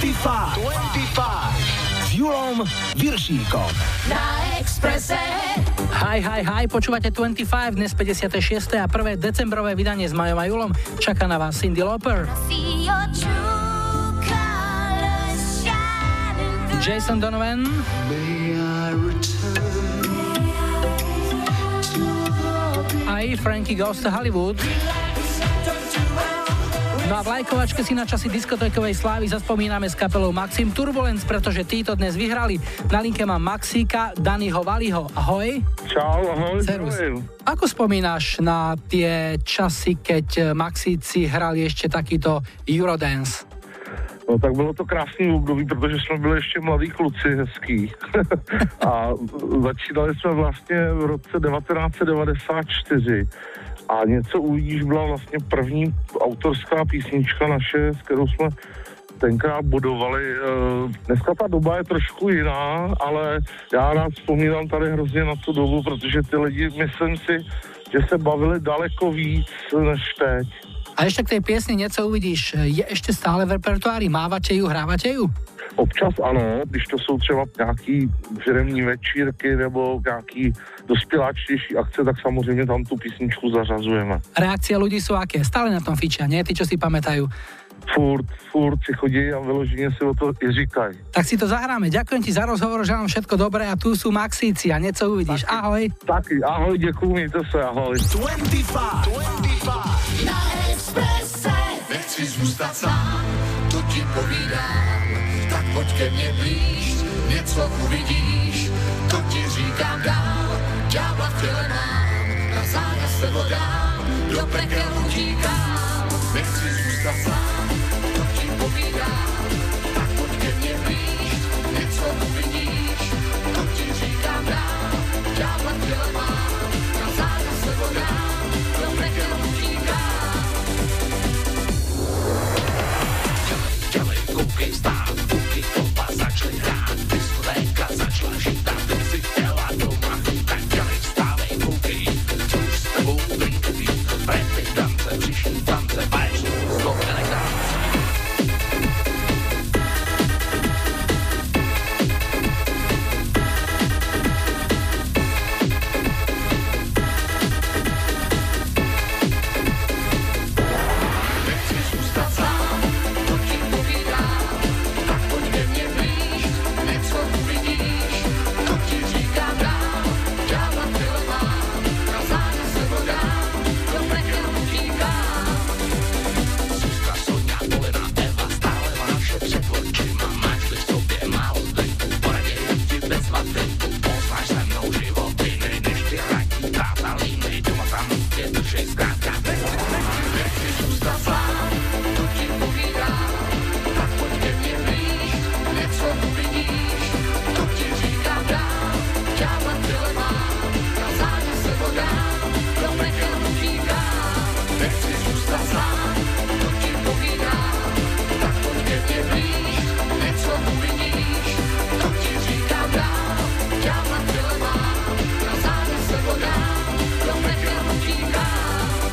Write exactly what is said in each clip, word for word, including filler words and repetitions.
dvadsaťpäť. dvadsaťpäť. S Julom Viršíkom. Na Expresse. Hi, hi, hi, počúvate dvadsaťpäť, dnes päťdesiate šieste a prvé decembrové vydanie s Majom a Julom. Čaká na vás Cyndi Lauper. Jason Donovan. Aj Frankie Goes to Hollywood. No a v lajkovačke si na časy diskotékovej slávy zaspomíname s kapelou Maxim Turbulence, pretože títo dnes vyhrali. Na linke mám Maxíka, Daniho Valiho. Ahoj. Čau, ahoj. Servus. Ako spomínaš na tie časy, keď Maxíci hrali ešte takýto Eurodance? No tak bylo to krásný období, protože jsme byli ještě mladí kluci, hezký. A začínali jsme vlastně v roce devatenáct set devadesát čtyři. A Něco uvidíš byla vlastně první autorská písnička naše, s kterou jsme tenkrát bodovali. Dneska ta doba je trošku jiná, ale já rád vzpomínám tady hrozně na tu dobu, protože ty lidi, myslím si, že se bavili daleko víc než teď. A ešte k tej piesni Něco uvidíš, je ešte stále v repertoári? Mávate ju, hrávate ju? Občas ano, když to jsou třeba nějaký firemní večírky nebo nějaký dospěláčtější akce, tak samozřejmě tam tu písničku zařazujeme. Reakcie ľudí sú aké? Stále na tom fičia, nie? Tí, čo si pamätajú. Furt, furt si chodí a vyloženě si o to i říkají. Tak si to zahráme. Ďakujem ti za rozhovor, želám všetko dobré a tu sú Maxíci a Něco uvidíš. Taky, ahoj. Taky, ahoj, děkuju, mějte se, ahoj. dvadsaťpäť. dvadsaťpäť. Na Expresse. Nechci zůstat sám, to ti povídám, tak pojď ke mně blíž, něco uvidíš, to ti říkám dál, ďábla v těle mám, na záda se vodám, do pekel utíkám. Nechci zůstat sám, to ti povídám, tak pojď ke mně blíž, něco uvidíš, to ti říkám dál, ďábla v těle mám, na záda se vodám, do pekel utíkám. Ďalej, koukej stát, kuky kolba začali hrát, diskotéka začala žít a ty si chtěla doma, tak ďalej vstávej, koukej, co už s tebou drinky pít, prepy tance, příští tance, baječný, slov elektrán. Nechci zůstat sám, to ti povídám, tak pojď ke mně blíž, něco uvidíš, to ti říkám dál, ďábla v těle mám, na záda se vodám, do pekel utíkám. Zuzka, Soňa, Polina, Eva, stále máš před očima, máš-li v sobě málo zdenku, poraději ti bez matenku, poznáš se mnou život jiný, než ty radí táta línej, doma tam tě držej zkrátka. Nechci zůstat sám, to ti povídám, tak pojď ke mně blíž, něco uvidíš, to ti říkám dál, ďábla v těle mám, na záda se vodám, do pekel utíkám. Nechci zůstat sám, to ti povídám, tak pojď ke mně blíž, něco uvidíš, to ti říkám dál, ďábla v těle mám, na záda se vodám, do pekel utíkám.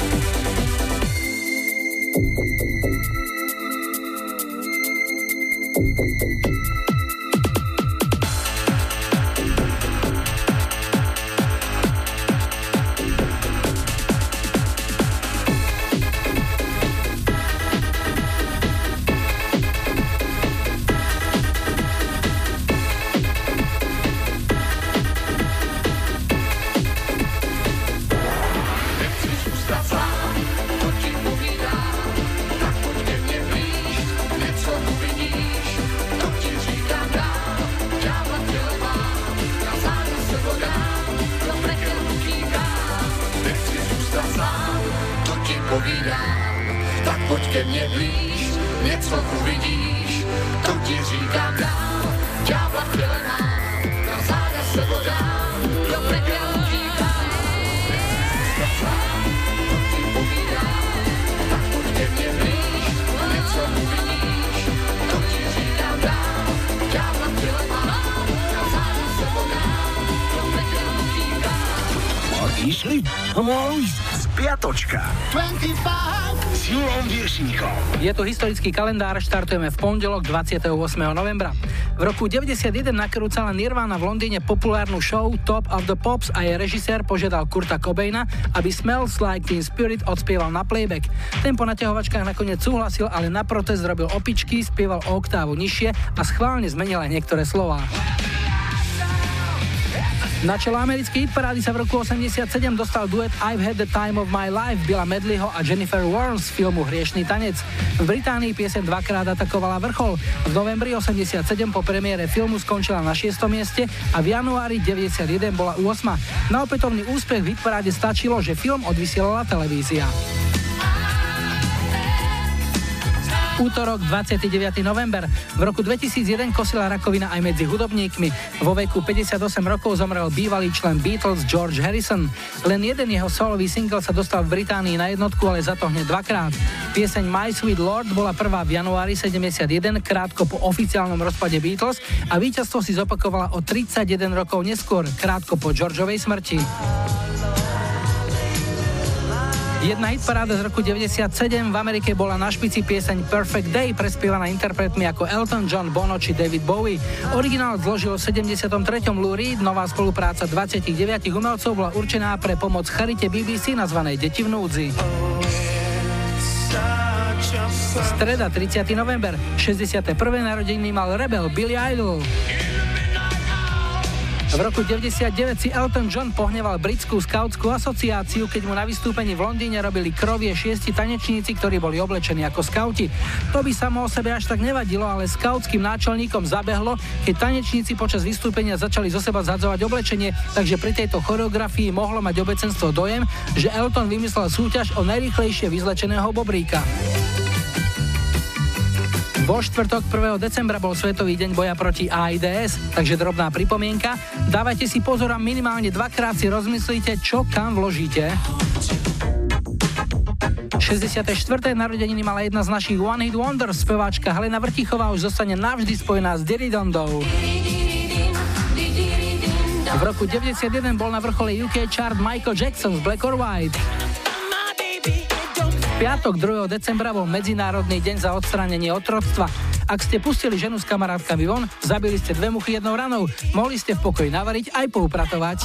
Nechci zůstat sám, to ti povídám, tak pojď ke mně blíž, něco uvidíš, to ti říkám dál, ďábla v těle mám, na záda se vodám, do pekel utíkám. Nechci zůstat sám, to ti povídám, tak pojď ke mně blíž, něco uvidíš, to ti říkám dál, ďábla v těle mám, na záda se vodám, do pekel utíkám. Nechci zůstat sám, to ti povídám, tak pojď ke mně blíž, něco uvidíš, to ti říkám dál, ďábla v těle mám, na záda se vodám, do pekel utíkám. Išli Spiatočka dvadsaťpäť s Júlom Viršíkom. Je tu historický kalendár, štartujeme v pondelok dvadsiateho ôsmeho novembra. V roku deväťdesiatjeden nakrúcala Nirvana v Londýne populárnu show Top of the Pops a jej režisér požiadal Kurta Cobaina, aby Smells Like Teen Spirit odspieval na playback. Ten po naťahovačkách nakoniec súhlasil, ale na protest robil opičky, spieval o oktávu nižšie a schválne zmenil aj niektoré slová. Na čelo americkej hitparády sa v roku osemdesiatsedem dostal duet I've Had the Time of My Life Billa Medleyho a Jennifer Warnes z filmu Hriešny tanec. V Británii pieseň dvakrát atakovala vrchol. V novembri osemdesiatsedem po premiére filmu skončila na šiestom mieste a v januári deväťdesiatjeden bola ôsma. Na opätovný úspech v hitparáde stačilo, že film odvysielala televízia. Útorok, dvadsiateho deviateho november. V roku dvetisícjeden kosila rakovina aj medzi hudobníkmi. Vo veku päťdesiatosem rokov zomrel bývalý člen Beatles George Harrison. Len jeden jeho solový single sa dostal v Británii na jednotku, ale za to hneď dvakrát. Pieseň My Sweet Lord bola prvá v januári sedemdesiatjeden, krátko po oficiálnom rozpade Beatles, a víťazstvo si zopakovala o tridsaťjeden rokov neskôr, krátko po Georgeovej smrti. Jedna hitparáda z roku deväťdesiatsedem. V Amerike bola na špici pieseň Perfect Day, prespievaná interpretmi ako Elton John, Bono či David Bowie. Originál zložil v sedemdesiatom treťom Lou Reed, nová spolupráca dvadsaťdeväť umelcov bola určená pre pomoc charite bé bé cé nazvanej Deti v núdzi. Streda, tridsiateho november. šesťdesiate prvé narodeniny mal rebel Billy Idol. V roku deväťdesiatdeväť si Elton John pohneval britskú skautskú asociáciu, keď mu na vystúpení v Londýne robili krovie šiesti tanečníci, ktorí boli oblečení ako skauti. To by samo o sebe až tak nevadilo, ale skautským náčelníkom zabehlo, keď tanečníci počas vystúpenia začali zo seba zhadzovať oblečenie, takže pri tejto choreografii mohlo mať obecenstvo dojem, že Elton vymyslel súťaž o najrýchlejšie vyzlečeného bobríka. Vo štvrtok prvého decembra bol Svetový deň boja proti AIDS, takže drobná pripomienka. Dávajte si pozor a minimálne dvakrát si rozmyslíte, čo kam vložíte. šesťdesiate štvrté narodeniny mala jedna z našich One Hit Wonders, speváčka Helena Vrtichová už zostane navždy spojená s Diridondou. V roku deväťdesiatjeden bol na vrchole ú ká chart Michael Jackson z Black or White. V piatok druhého decembra bol Medzinárodný deň za odstránenie otroctva. Ak ste pustili ženu s kamarátkami von, zabili ste dve muchy jednou ranou. Mohli ste v pokoji navariť aj poupratovať.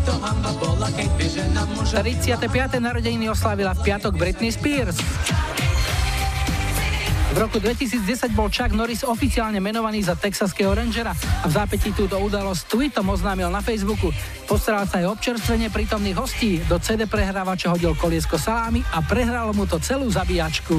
tridsiate piate narodeniny oslávila v piatok Britney Spears. V roku dvetisícdesať bol Chuck Norris oficiálne menovaný za texaského rangera a v zápätí túto udalosť tweetom oznámil na Facebooku. Postaral sa aj občerstvenie prítomných hostí, do cé dé prehrávača hodil koliesko salámy a prehralo mu to celú zabíjačku.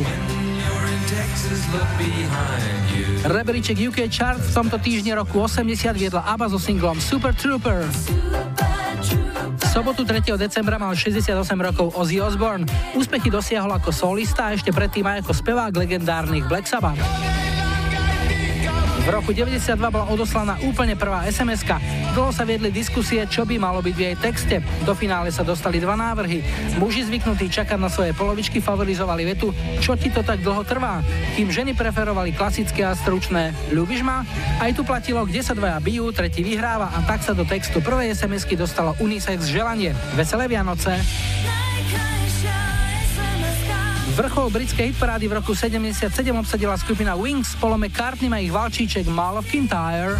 Rebríček ú ká Chart v tomto týždni roku osemdesiat viedla ABBA so singlom Super Trooper. V sobotu tretieho decembra mal šesťdesiatosem rokov Ozzy Osbourne. Úspechy dosiahol ako solista a ešte predtým aj ako spevák legendárnych Black Sabbath. V roku deväťdesiatdva bola odoslaná úplne prvá es em eska. Dlho sa viedli diskusie, čo by malo byť v jej texte. Do finále sa dostali dva návrhy. Muži zvyknutí čakať na svoje polovičky favorizovali vetu Čo ti to tak dlho trvá? Kým ženy preferovali klasické a stručné Ľúbiš ma? Aj tu platilo, kde sa dvaja bijú, tretí vyhráva, a tak sa do textu prvej es em esky dostalo unisex želanie. Veselé Vianoce. Vrchol britskej hitparády v roku sedemdesiatsedem obsadila skupina Wings, Paul McCartney a ich valčíček Mall of Kintyre.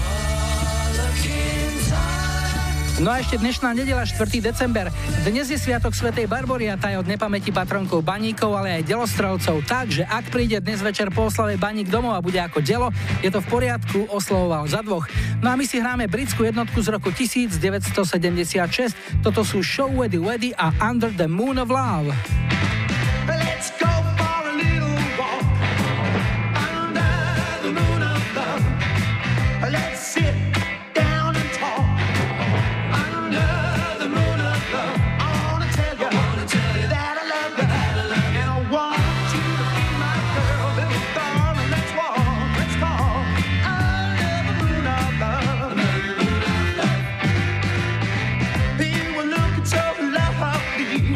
No a ešte dnešná nedeľa, štvrtého december. Dnes je sviatok svätej Barbory a tá je od nepamäti patronkov baníkov, ale aj delostrelcov. Takže ak príde dnes večer po oslave baník domov a bude ako delo, je to v poriadku, oslavoval za dvoch. No a my si hráme britskú jednotku z roku devätnásťsedemdesiatšesť. Toto sú Show Weddy Weddy a Under the Moon of Love. Let's go for a little walk under the moon of love. Let's sit down and talk under the moon of love. I wanna tell you, I wanna tell you that I love you, that I love you. And I want you to be my girl, little darling. Let's walk, let's talk under the moon of love. Under the moon of love. You were looking so lovely.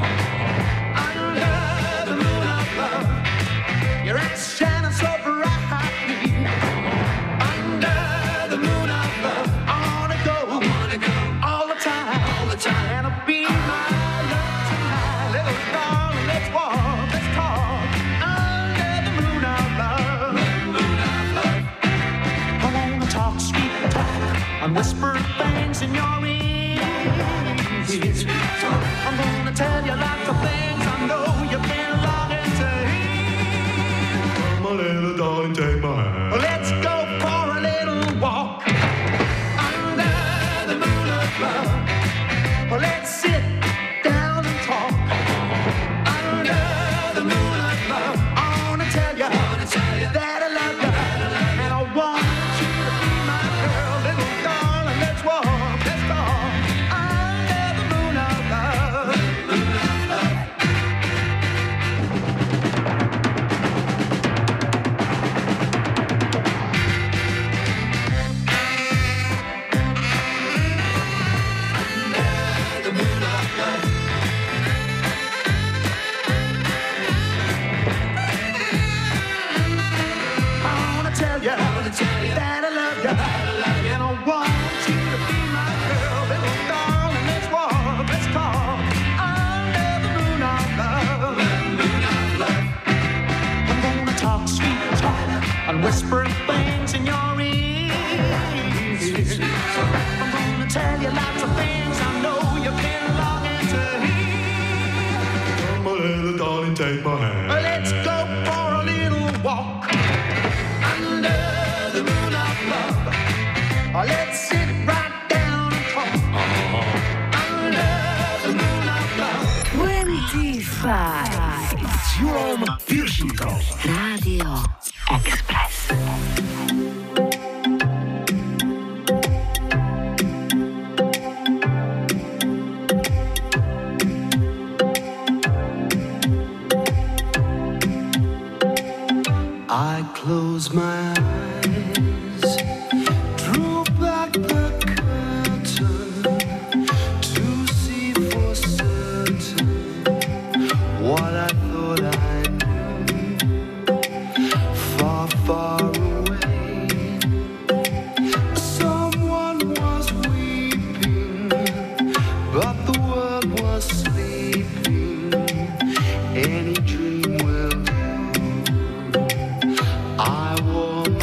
Your eyes shining so brightly under the moon of love. I wanna go, I wanna go all the time, all the time. And I'll be my love tonight. in your ears. I'm gonna tell you lots of things I know you've been longing to hear. My little darling, take my hand. Let's go for a little walk under the moon of love. Let's sit down and talk under the moon of love. I wanna tell you that I love you, and I want you to be my girl, little darling. Let's walk, let's talk under the moon of love. I wanna tell you that I love you, and I want you to be my girl, little darling. Let's walk, let's talk under the moon of love. I'm gonna talk sweet talk and whisper things in your ears. I'm gonna tell you lots of things I know you've been longing to hear. My little darling, take my hand. Let's go for a little walk under the moon of love. Let's sit right down and talk under the moon of love. dvadsaťpäť. S Julom Piršíkom. Rádio Express. I close my eyes, drew back the curtain to see for certain what I thought I knew. Far, far away, someone was weeping, but the world was sleeping. Any dream will do. I wore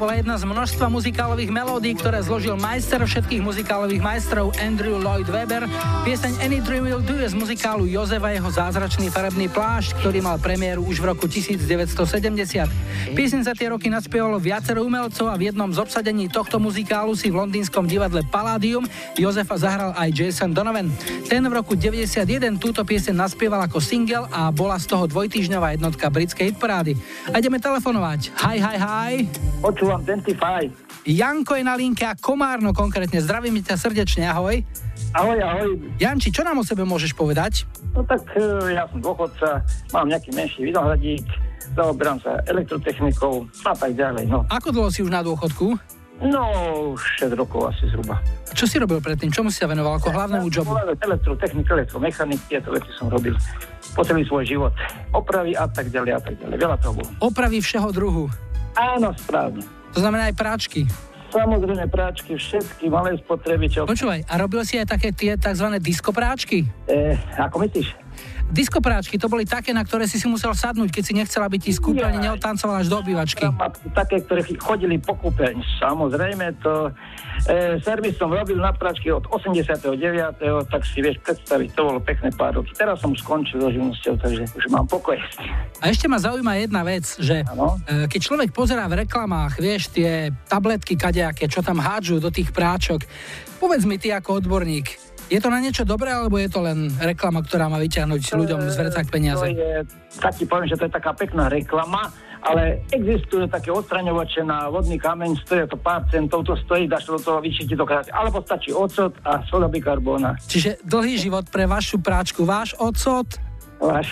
bola jedna z množstva muzikálových melódií, ktoré zložil majster všetkých muzikálových majstrov Andrew Lloyd Webber. Pieseň Any Dream Will Do je z muzikálu Jozef a jeho zázračný farebný plášť, ktorý mal premiéru už v roku devätnásťstosedemdesiat. Pieseň za tie roky naspievalo viacero umelcov a v jednom z obsadení tohto muzikálu si v londýnskom divadle Palladium Jozefa zahral aj Jason Donovan. Ten v roku deväťdesiatjeden túto pieseň naspieval ako single a bola z toho dvojtýždňová jednotka britskej hitparády. A ideme telefonovať. Hi, hi, hi. Počúvam dvadsaťpäť. Janko je na linke a Komárno konkrétne. Zdravím ťa srdečne, ahoj. Ahoj, ahoj. Janči, čo nám o sebe môžeš povedať? No tak ja som dôchodca, mám nejaký menší vinohradík, zaoberám sa elektrotechnikou a tak ďalej. No. Ako dlho si už na dôchodku? No, šesť rokov asi zhruba. Čo si robil predtým? Čomu si sa venoval ako hlavnému jobu? Elektrotechnika, elektromechanik, tieto veci som robil po celý svoj život. Opravy a tak ďalej a tak ďalej. Veľa toho bolo. Opravy všeho druhu? Áno, správne. To znamená aj práčky? Samozrejme práčky, všetky malé spotrebičov. Počúvaj, a robil si aj také tie tzv. Diskopráčky? E, ako myslíš? Diskopráčky, to boli také, na ktoré si si musel sadnúť, keď si nechcel, aby ti z kúpeľne neodtancoval až do obývačky. Také, ktoré chodili po kúpeľni. Samozrejme, to e, servis som robil na práčky od osemdesiatdeväť, tak si vieš predstaviť, to bolo pekné pár roky. Teraz som skončil so živnosťou, takže už mám pokoj. A ešte ma zaujíma jedna vec, že e, keď človek pozerá v reklamách, vieš, tie tabletky kadejaké, čo tam hádžu do tých práčok, povedz mi ty ako odborník, je to na niečo dobré, alebo je to len reklama, ktorá má vyťahnuť ľuďom z vrecák peniaze? To je, tak ti poviem, že to je taká pekná reklama, ale existujú také odstraňovače na vodný kameň, stojí to pár centov, to stojí, dáš to do toho, vyčíti to krát, alebo stačí ocot a soda bikarbóna. Čiže dlhý život pre vašu práčku, váš ocot? Váš.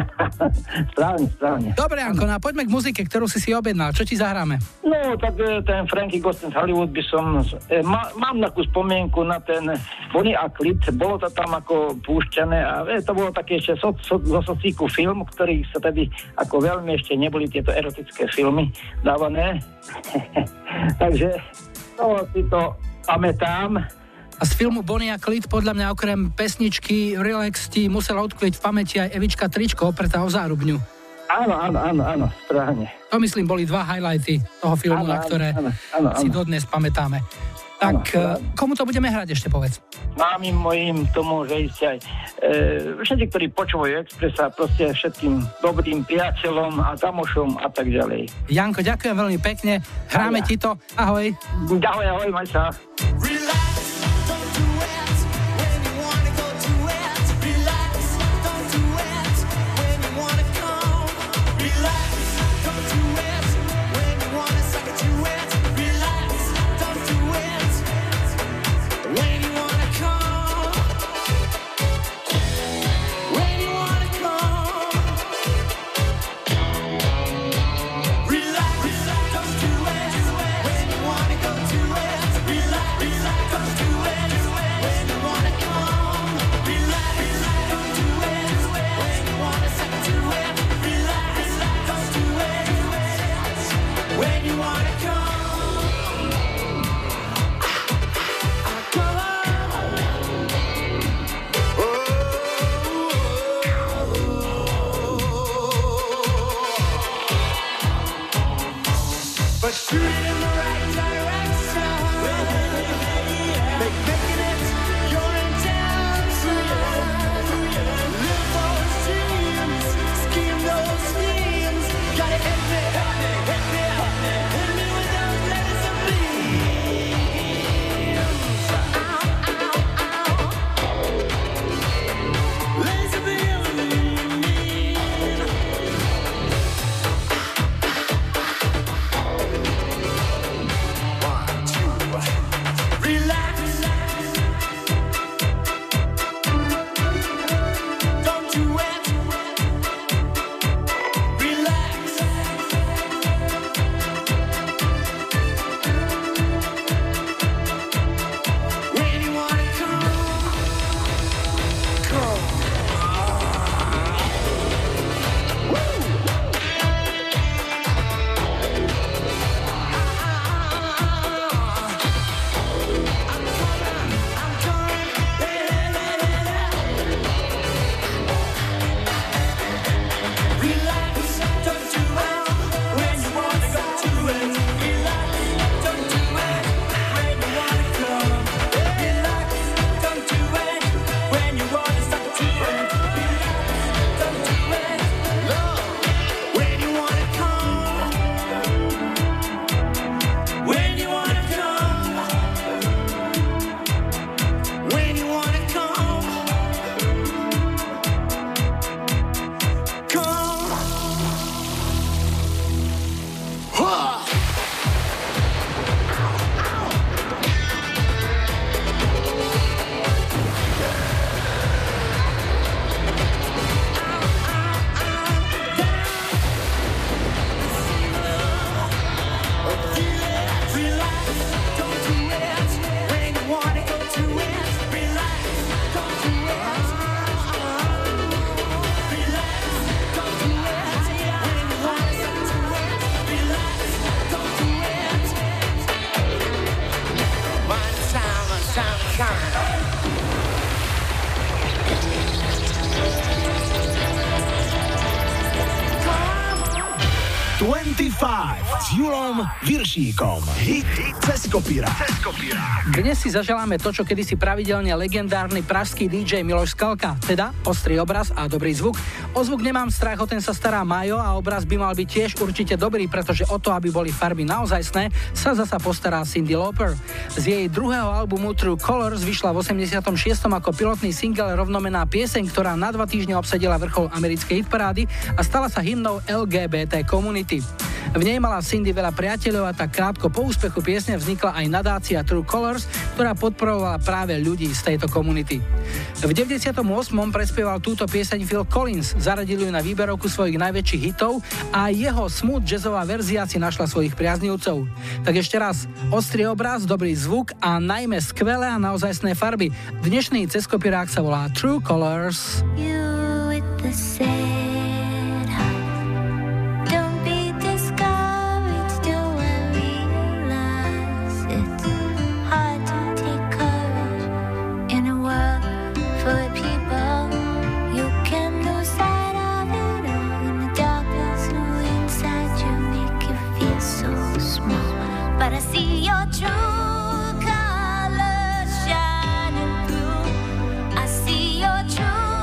Správne, správne. Dobre, Janko, no poďme k muzike, ktorú si si objednal. Čo ti zahráme? No, tak ten Frankie Goes to Hollywood by som... E, má, mám takú spomienku na ten Bonnie a Clyde. Bolo to tam ako púšťané a e, to bolo také ešte so, so, zo socíku film, ktorých sa tedy ako veľmi ešte neboli tieto erotické filmy dávané. Takže to si to pamätám. A z filmu Bonnie a Clyde podľa mňa okrem pesničky Relax ti musela utkviť v pamäti aj Evička tričko opretá o zárubňu. Áno, áno, áno, áno, správne. To myslím boli dva highlighty toho filmu, áno, na ktoré áno, áno, áno, si dodnes pamätáme. Tak áno, komu to budeme hrať ešte povedz? Mámim mojim, to môže ísť aj e, všetci, ktorí počúvajú Expressa, proste všetkým dobrým priateľom a kamošom a tak ďalej. Janko, ďakujem veľmi pekne, hráme ti to, ahoj. Ahoj, ahoj, maj sa. Relax, don't do it when you wanna go to it. Relax, don't shine. dvadsaťpäť s Julom Viršíkom. Hit cez kopírák. Dnes si zaželáme to, čo kedysi pravidelne legendárny pražský dý džej Miloš Skalka, teda ostrý obraz a dobrý zvuk. O zvuk nemám strach, o ten sa stará Majo a obraz by mal byť tiež určite dobrý, pretože o to, aby boli farby naozajstné, sa zasa postará Cyndi Lauper. Z jej druhého albumu True Colors vyšla v osemdesiatom šiestom ako pilotný single rovnomenná pieseň, ktorá na dva týždne obsadila vrchol americkej hitparády a stala sa hymnou el gé bé té komunity. V nej mala Cyndi veľa priateľov a tak krátko po úspechu piesne vznikla aj nadácia True Colors, ktorá podporovala práve ľudí z tejto komunity. V deväťdesiatom ôsmom prespieval túto pieseň Phil Collins, zaradil ju na výberovku svojich najväčších hitov a jeho smooth jazzová verzia si našla svojich priaznivcov. Tak ešte raz, ostrý obraz, dobrý zvuk a najmä skvelé a naozajstné farby. Dnešný cez kopírák sa volá True Colors. You with the sad heart. Don't be discouraged, do I realize it's hard to take courage in a world full of people. You can lose sight of it all in the darkness who inside you make you feel so small. But I see your true colors shining through. I see your true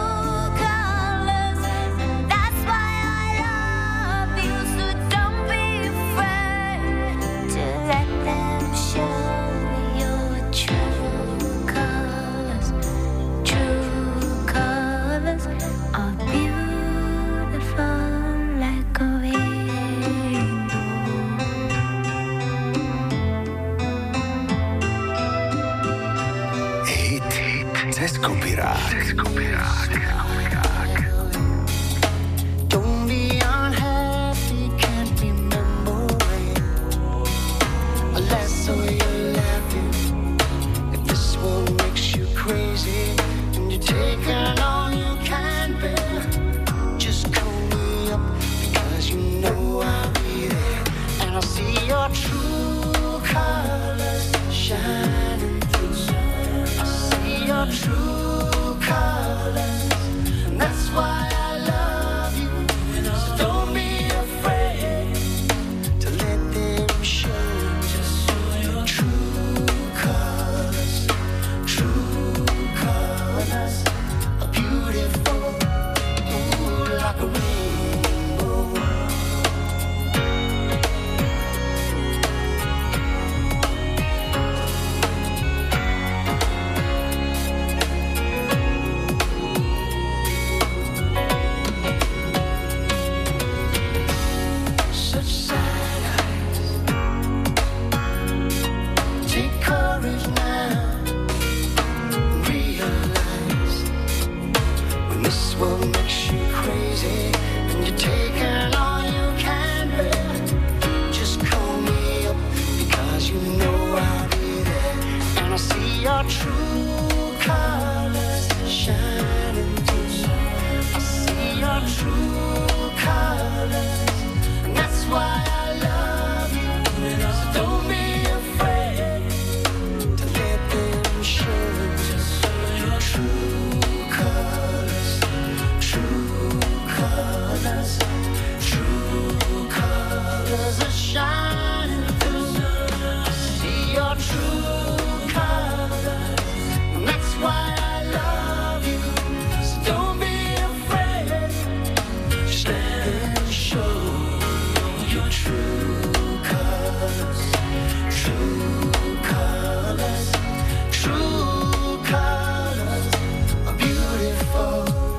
Cez kopírák. Don't be unhappy, can't remember when. Unless so you're laughing. If this world makes you crazy and you're taking all you can bear, just call me up because you know I'll be there. And I'll see your true colors shining through. I see your true colors, and that's why I love you. So don't be afraid to let them show. Just your true colors, true colors are beautiful, ooh, like a rainbow. Your true colors shining through. I see your true colors, and that's why I love you. So don't be afraid to let them show. Just your true colors, true colors, true colors are shining through. I see your true. That's why I love you. So don't be afraid. Just let them show your true colors, true colors, true colors are beautiful,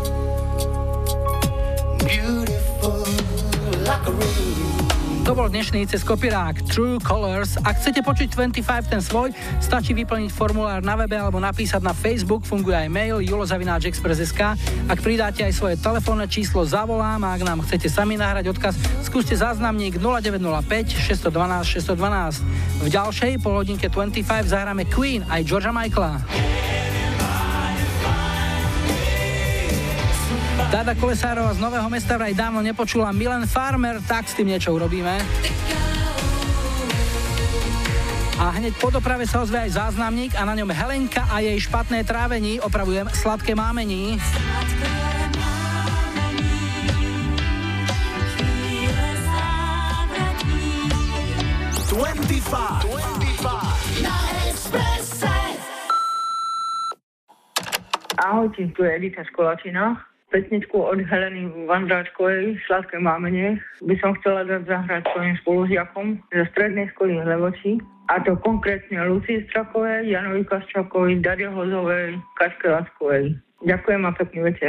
beautiful like a rainbow. To bol dnešný cez kopírák True Colors. Ak chcete počuť dvadsaťpäť ten svoj, stačí vyplniť formulár na webe alebo napísať na Facebook, funguje aj mail julo zavináč express bodka es ká. Ak pridáte aj svoje telefónne číslo, zavolám a ak nám chcete sami nahrať odkaz, skúste záznamník nula deväť nula päť šesť jedna dva šesť jedna dva. V ďalšej polhodinke dvadsaťpäť zahráme Queen aj Georgea Michaela. Dáda Kolesárova z Nového Mesta vraj dávno nepočula Milan Farmer, tak s tým niečo urobíme. A hneď po doprave sa ozve aj záznamník a na ňom Helenka a jej špatné trávení, opravujem, sladké mámení. dvadsaťpäť na Expresse. Ahojte, tu je Edita z Kolačina. Pesničku od Heleny Vandráčkovej, Sladké mámenie, by som chcela dať zahrať svojim spolužiakom zo strednej školy Hlevoči. A to konkrétne Lucii Strakovej, Janovi Kaščákovej, Darie Hozovej, Kačke Laskovej. Ďakujem a pekný večer.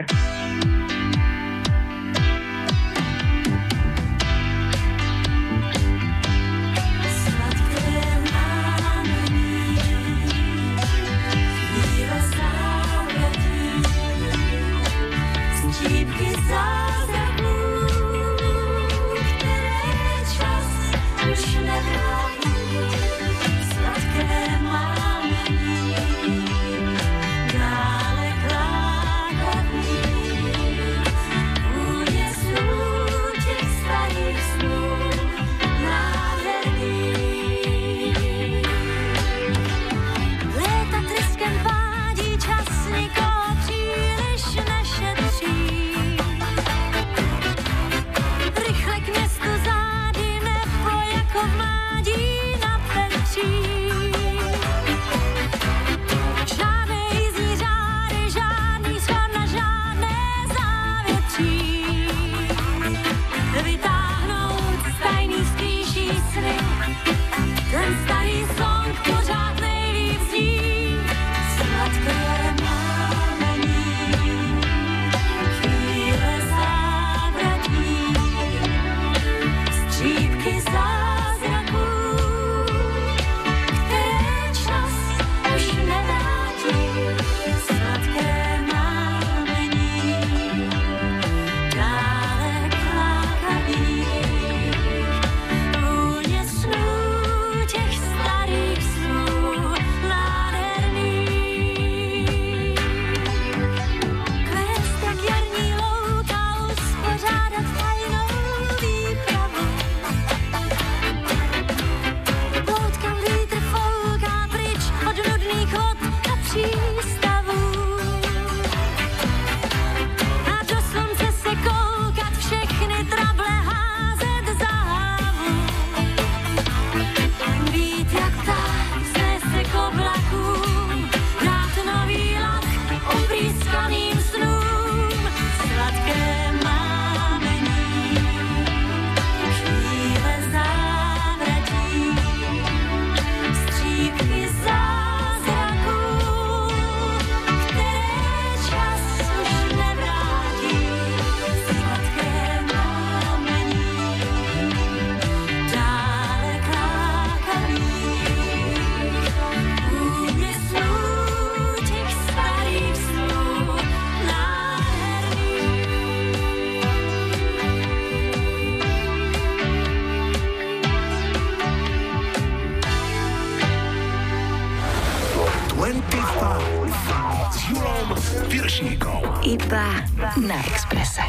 Iba na Expresse.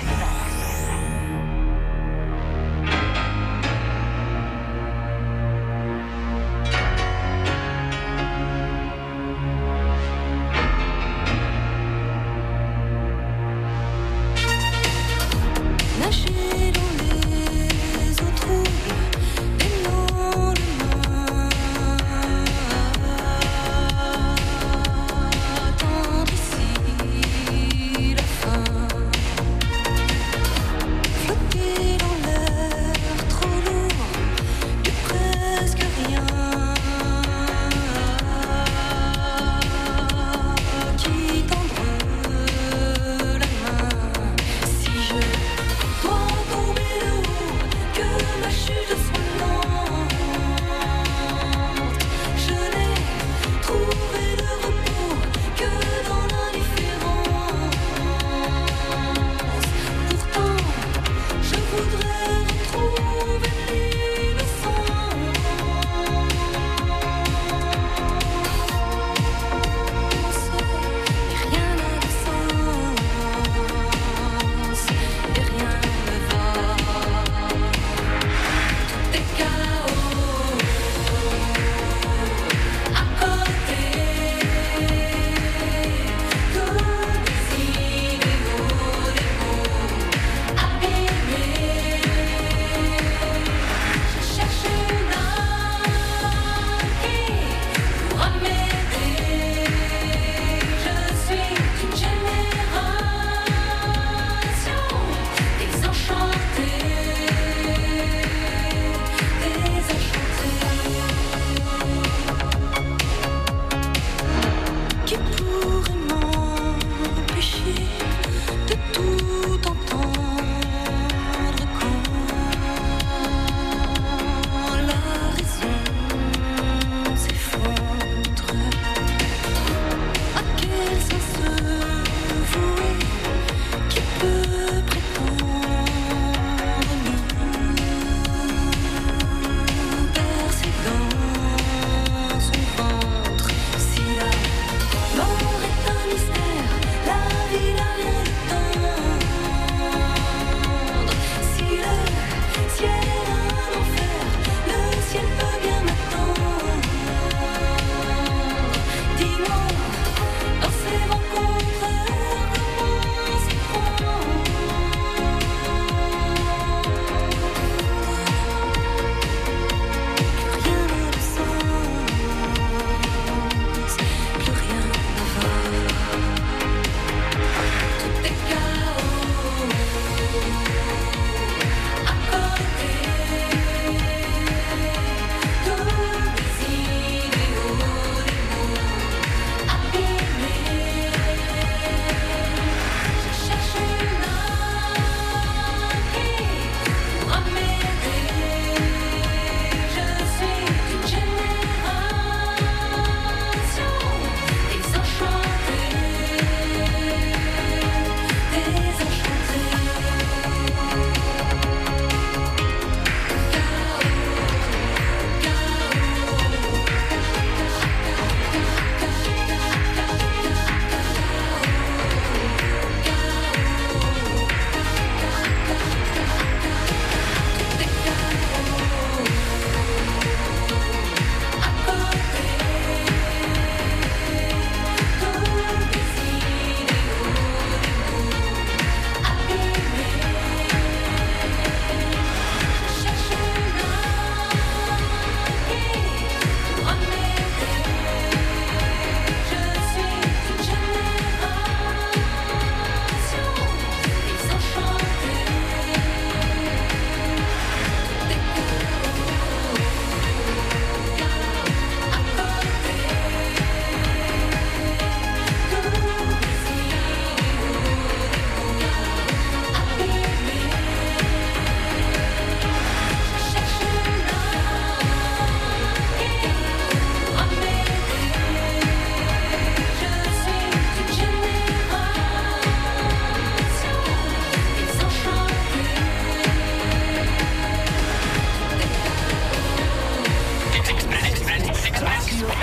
Attendre ici la fin.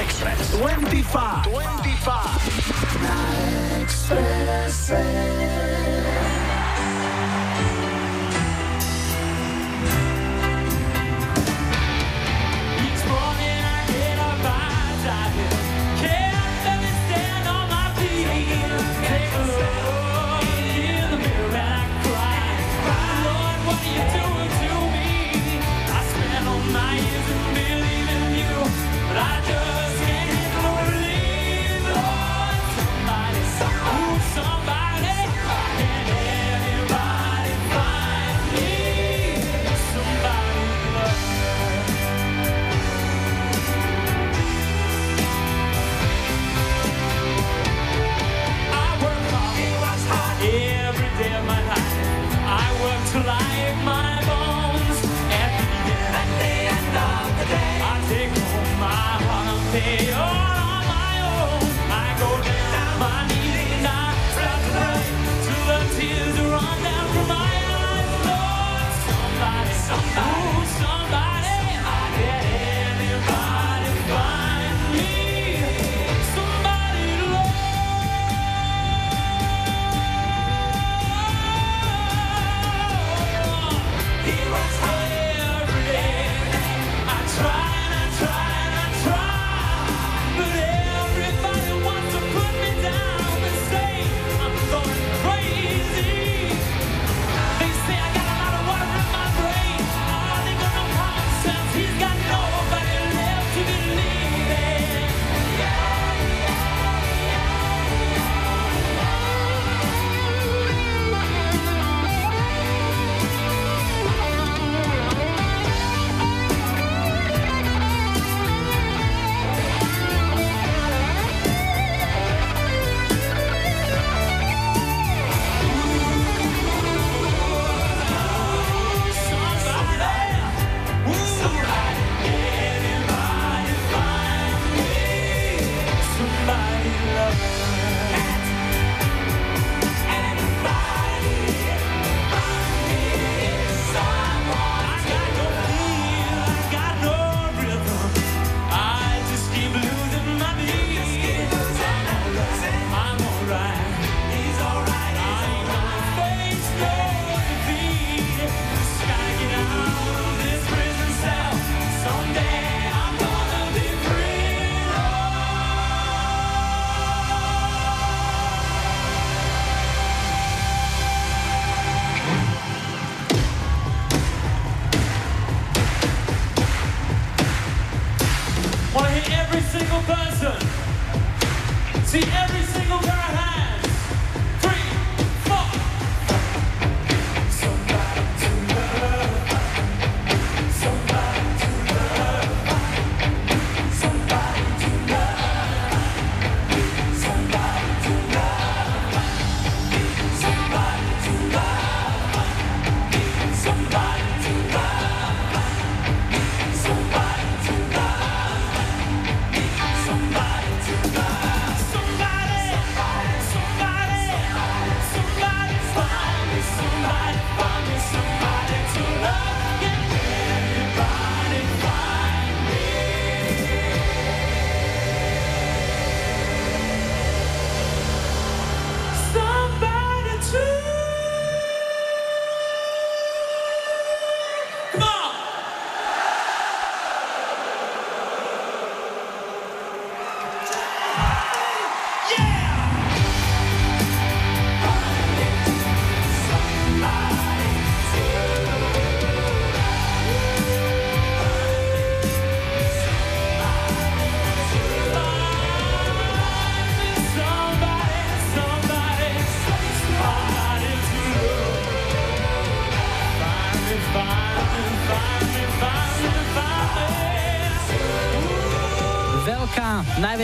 Express. dvadsaťpäť. dvadsaťpäť. Na Expresse. Like my bones at the end, at the end of the day, I take home my holiday all on my own. I go down my knees and I start to pray till the tears run down from my eyes. Lord, somebody, somebody, ooh, somebody, can anybody find me? Somebody, Lord. He works hard every day. I try and I try and I try, but everybody wants to put me down and say I'm going crazy. They say I got a lot of water in my brain. Oh, they got no common sense. He's got nobody left to believe in. Want to hit every single person. See every single pair of hands. Three, four. Somebody to love. Somebody to love. Somebody to love. Somebody to love. Somebody to love. Somebody to love. Somebody to love. Somebody to love. Somebody.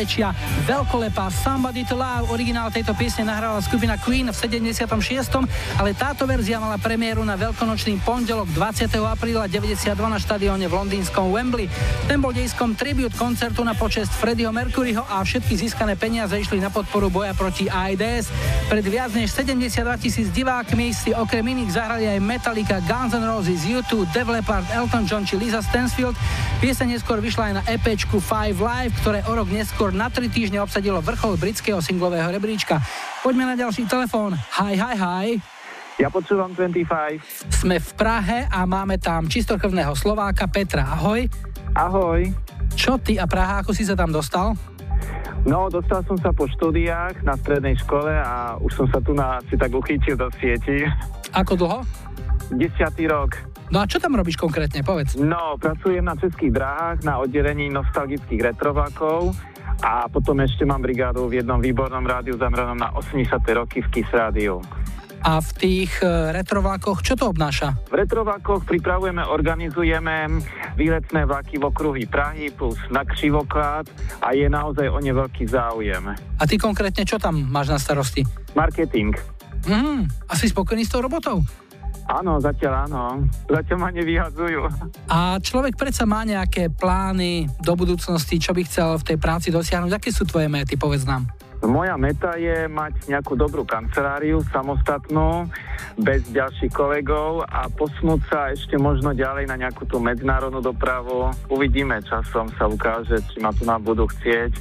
najväčšia, veľkolepá Somebody to Love. Originál tejto piesne nahrala skupina Queen v sedemdesiatom šiestom, ale táto verzia mala premiéru na veľkonočný pondelok dvadsiateho apríla deväťdesiatdva na štadióne v londýnskom Wembley. Ten bol dejskom tribút koncertu na počesť Freddieho Mercuryho a všetky získané peniaze išli na podporu boja proti AIDS. Pred viac než sedemdesiatdva tisíc divákmi si okrem iných zahrali aj Metallica, Guns N' Roses, U dva, Def Leppard, Elton John či Lisa Stansfield. Pieseň neskôr vyšla aj na EPčku Five Live, ktoré o rok neskôr na tri týždne obsadilo vrchol britského singlového rebríčka. Poďme na ďalší telefón. Hi, hi, hi. Ja počúvam dvadsaťpäť. Sme v Prahe a máme tam čistokrvného Slováka Petra. Ahoj. Ahoj. Čo ty a Praha, ako si sa tam dostal? No, dostal som sa po štúdiách na strednej škole a už som sa tu na, si tak uchytil do sieti. Ako dlho? Desiatý rok. No a čo tam robíš konkrétne, povedz? No, pracujem na Českých dráhach na oddelení nostalgických retrovakov a potom ešte mám brigádu v jednom výbornom rádiu zameranom na osemdesiate roky v Kiss rádiu. A v tých e, retrovlákoch čo to obnáša? V retrovlákoch pripravujeme, organizujeme výletné vlaky v okruhy Prahy plus na Křivoklát a je naozaj o ne veľký záujem. A ty konkrétne čo tam máš na starosti? Marketing. Mhm, a si spokojný s tou robotou? Áno, zatiaľ áno. Zatiaľ ma nevyhadzujú. A človek predsa má nejaké plány do budúcnosti, čo by chcel v tej práci dosiahnuť. Aké sú tvoje méty, povedz nám? Moja meta je mať nejakú dobrú kanceláriu, samostatnú, bez ďalších kolegov a posunúť sa ešte možno ďalej na nejakú tú medzinárodnú dopravu. Uvidíme, časom sa ukáže, či ma tu nám budú chcieť,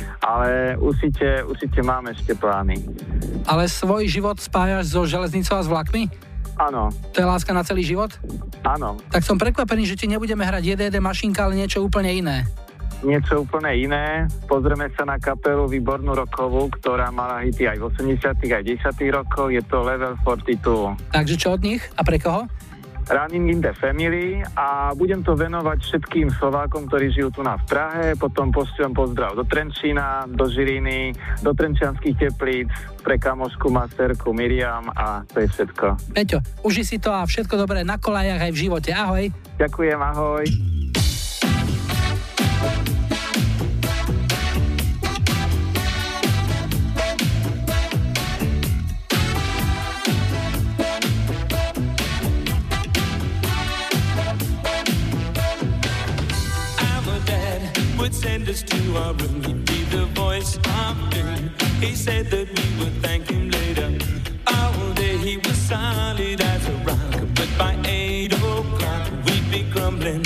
ale určite, určite mám ešte plány. Ale svoj život spájaš so železnicou a s vlakmi? Áno. To je láska na celý život? Áno. Tak som prekvapený, že ti nebudeme hrať jé dé dé mašinka, ale niečo úplne iné. Niečo úplne iné. Pozrieme sa na kapelu výbornú rokovú, ktorá mala hity aj v osemdesiatych aj desať rokov. Je to Level štyridsaťdva. Takže čo od nich a pre koho? Running in the Family a budem to venovať všetkým Slovákom, ktorí žijú tu na v Prahe, potom pošlem pozdrav do Trenčína, do Žiliny, do Trenčianskych Teplíc, pre kamošku, masterku Miriam a to je všetko. Peťo, uži si to a všetko dobré na kolajach aj v živote. Ahoj. Ďakujem, ahoj. Send us to our room, he'd be the voice of doom. He said that we would thank him later. All day he was solid as a rock, but by eight o'clock we'd be grumbling.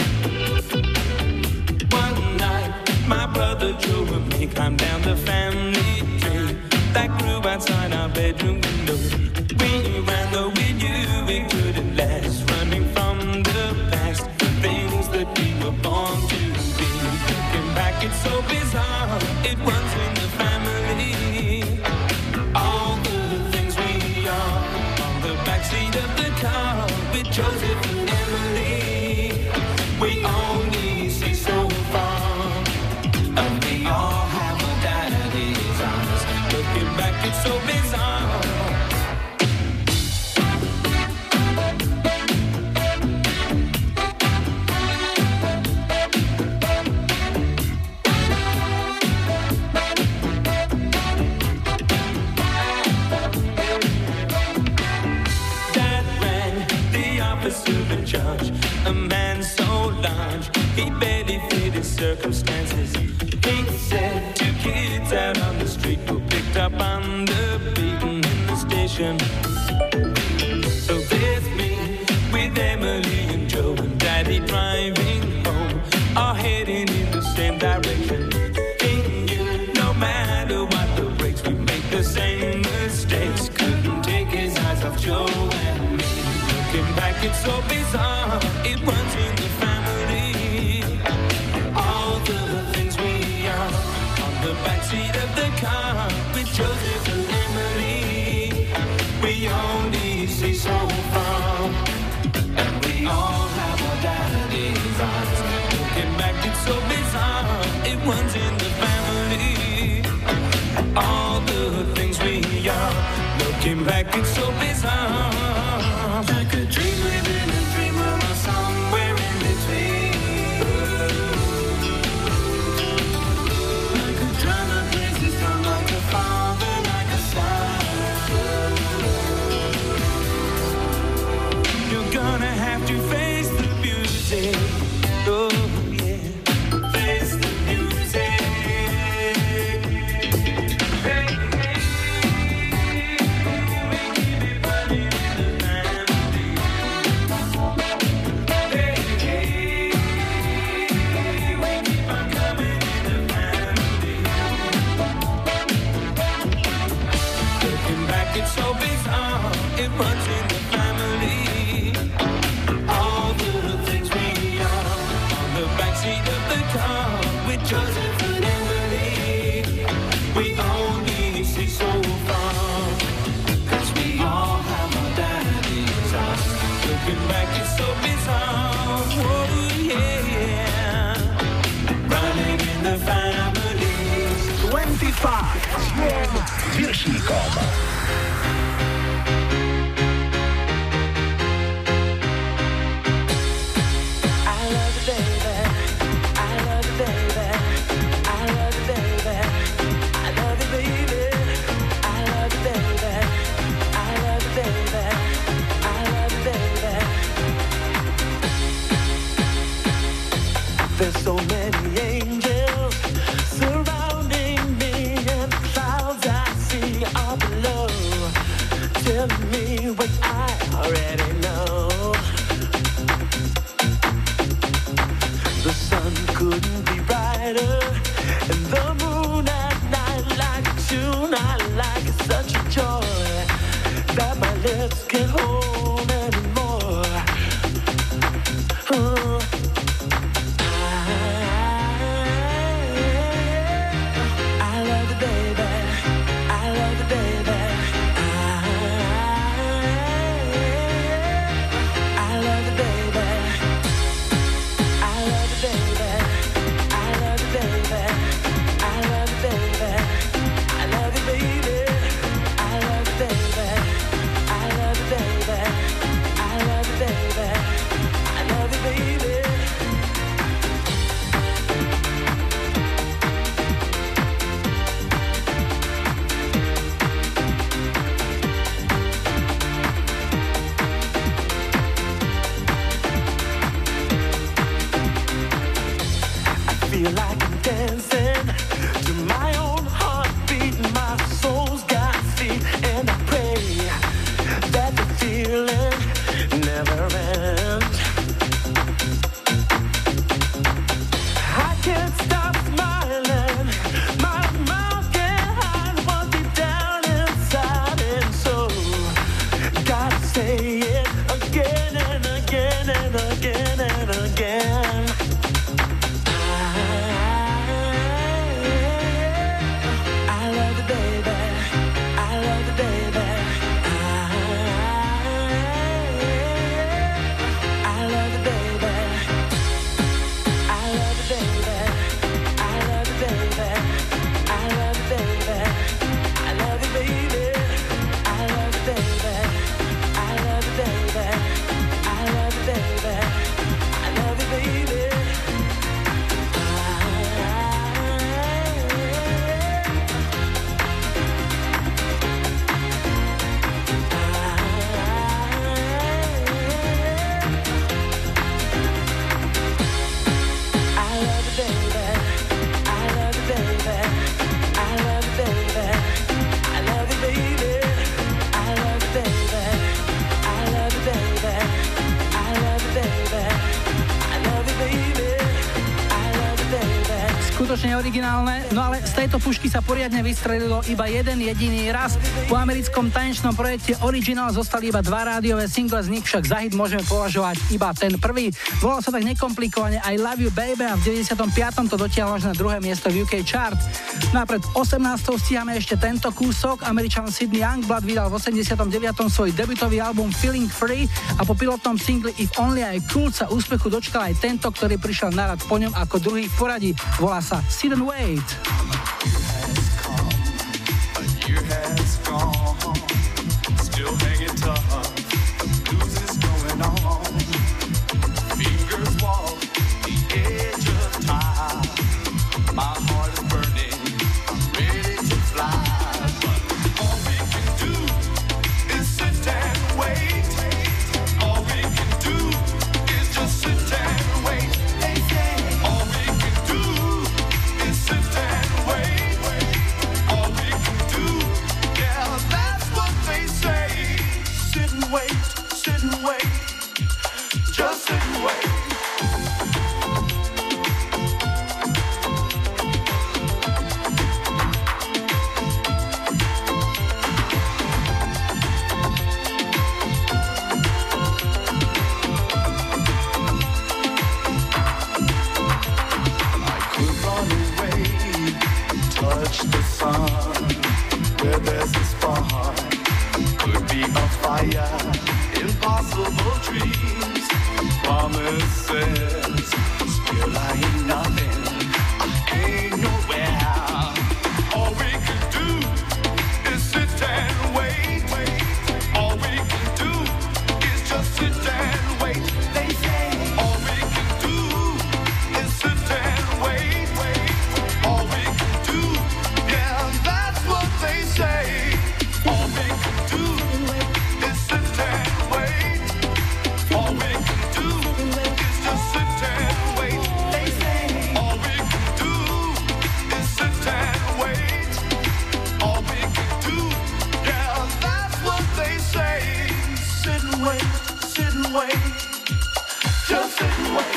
One night my brother Joe and me climbed down the family tree that grew outside our bedroom window. We ran though we knew we couldn't last, running from the past, the things that we were born to. Back, it's so bizarre, it runs in the family. All the things we are on the backseat of the car with Joseph and Emily. We only see so far, and we all have our daddy's eyes. Looking back, it's so bizarre. Judge, a man so large, he barely fit his circumstances. He said two kids out on the street were picked up on the beaten in the station. So there's me with Emily and Joe and Daddy driving home, all heading in the same direction. He knew no matter what the brakes, we make the same mistakes. Couldn't take his eyes off Joe and me. Looking back, it's so bizarre, it runs in the family. All the things we are on the backseat of the car with Joseph and Emily. We only see so far, and we all have our daddy's eyes. Looking back, it's so bizarre, it runs in the family. All the things we are, looking back, it's so bizarre. Like a dream within a dream or somewhere in between. Like a drama We only see so far, 'cause we all have our daddy's eyes. Looking back, it's so bizarre. Oh, yeah, yeah. Running in the family. dvadsaťpäť s Julom Viršíkom. There's so many angels surrounding me, and the clouds I see are below, telling me what I already know. The sun couldn't be brighter, and the moon at night like a tune I like. It's such a joy that my lips can't hold anymore. Uh, Skutočne originálne, no ale z tejto pušky sa poriadne vystrelilo iba jeden jediný raz. Po americkom tanečnom projekte Original zostali iba dva rádiové single, z nich však za hit môžeme považovať iba ten prvý. Volal sa tak nekomplikovane I Love You Baby a v deväťdesiatom piatom to dotiahlo až na druhé miesto v ú ká chart. No a pred osemnástou stíhame ešte tento kúsok. Američan Sydney Youngblood vydal v osemdesiatom deviatom svoj debutový album Feeling Free a po pilotnom singli If Only I Could sa úspechu dočkal aj tento, ktorý prišiel na rad po ňom ako druhý v poradí. Volá sa Sit and Wait. Wait. touch the sun, where there's a spark, could be a fire, impossible dreams, promises, still I ain't nothing, I ain't nowhere. All we can do is sit and wait. All we can do is just sit and wait. They say all we can do is sit and wait. All we can do, yeah, that's what they say. All we can do is sit and wait. All we can do is just sit and wait. They say all we can do is sit and wait. All we can do, yeah, that's what they say. Sit and wait, sit and wait, just sit and wait.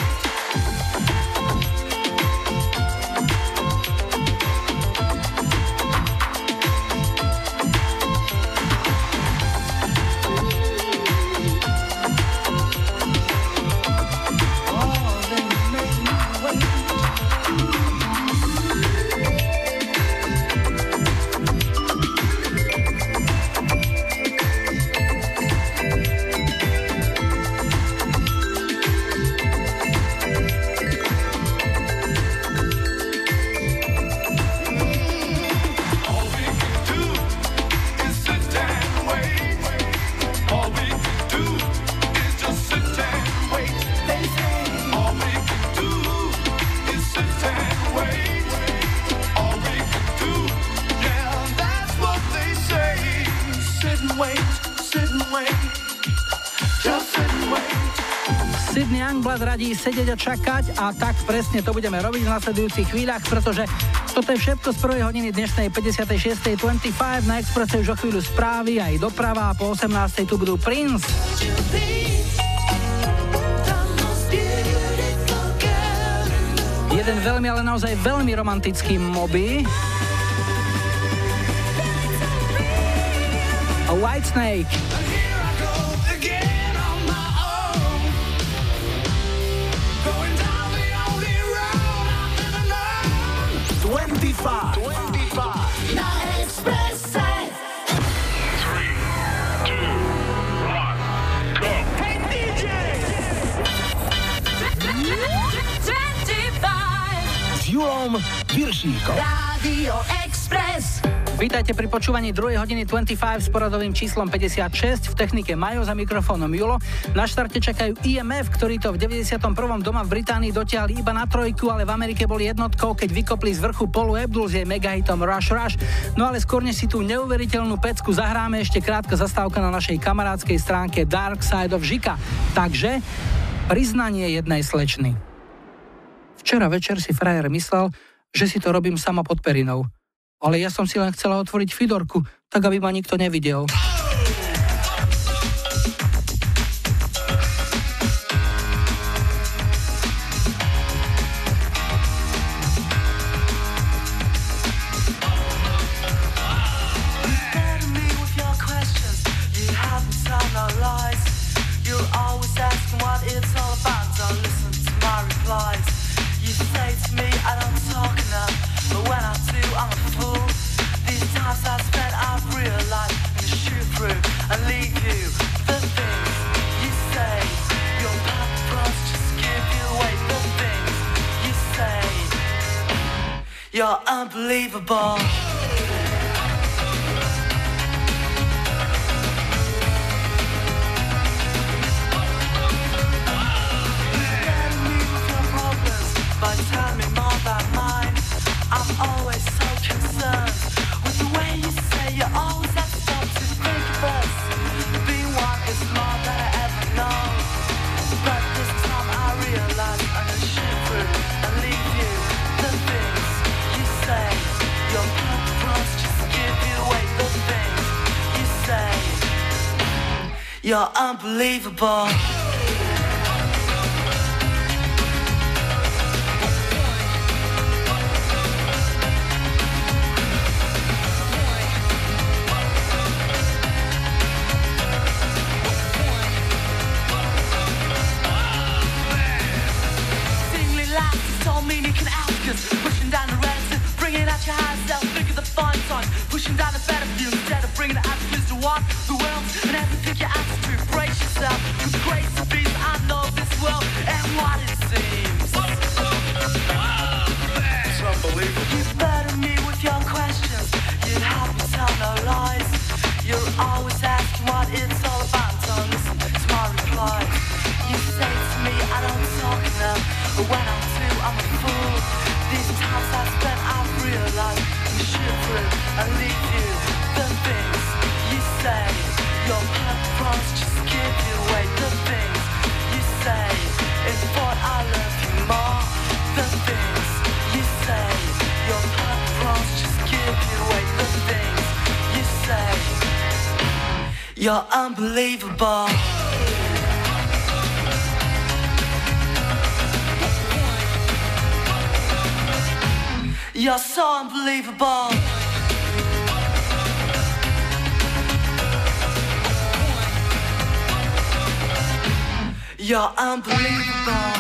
Sydney Youngblood radí sedieť a čakať a tak presne to budeme robiť v nasledujúcich chvíľach, pretože toto je všetko z prvej hodiny dnešnej päťdesiatej šiestej dvadsaťpäť. Na Expresse už o chvíľu správy aj doprava a po osemnástej tu budú Prince. Jeden veľmi, ale naozaj veľmi romantický Moby. A Whitesnake. dvadsaťpäť. dvadsaťpäť. Na Expresse. three, two, one, go. Hey dý džej! S Julom Viršíkom. Rádio Express. Vítajte pri počúvaní druhej hodiny dvadsaťpäť s poradovým číslom päťdesiatšesť. V technike Majo, za mikrofónom Julo. Na štarte čakajú í em ef, ktorí to v deväťdesiatom prvom doma v Británii dotiahli iba na trojku, ale v Amerike boli jednotkou, keď vykopli z vrchu Paulu Abdul s jej megahitom Rush Rush. No ale skôr než si tú neuveriteľnú pecku zahráme, ešte krátka zastávka na našej kamarádskej stránke Dark Side of Žika. Takže priznanie jednej slečny. Včera večer si frajer myslel, že si to robím sama pod perinou. Ale ja som si len chcela otvoriť Fidorku, tak aby ma nikto nevidel. You're unbelievable. But tell me more about mine. I'm always so concerned with the way you say you always have to stop to think of us. Being one is more than I ever know. But this time I realize I'm gonna shoot through and leave you. The things you say, your purpose just give you away. The things you say, you're unbelievable. Pushing down the rest, bringing out your high self, think of the wishing down a better view instead of bringing the attitudes to walk the world and have to pick your attitude, brace yourself with the grace of peace. I know this world and what it seems. It's unbelievable. You better me with your questions. You help me tell no lies. You're always asking what it's all about. Don't listen to my replies. You say to me I don't talk enough, but when I do I'm a fool. These times I've spent I've realized you should through and leave you the things you say. Your purpose just give you away. The things you say is what I love you more. The things you say. Your purpose just give you away. The things you say. You're unbelievable. You're so unbelievable. You're unbelievable.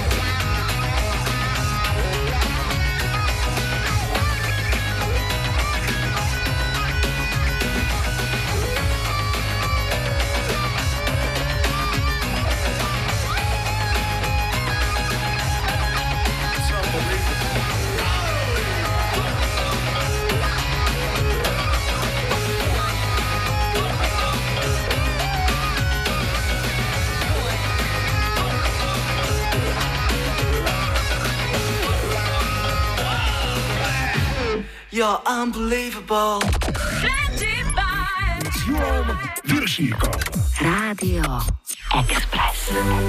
You're unbelievable. S Julom Viršíkom. Rádio Express.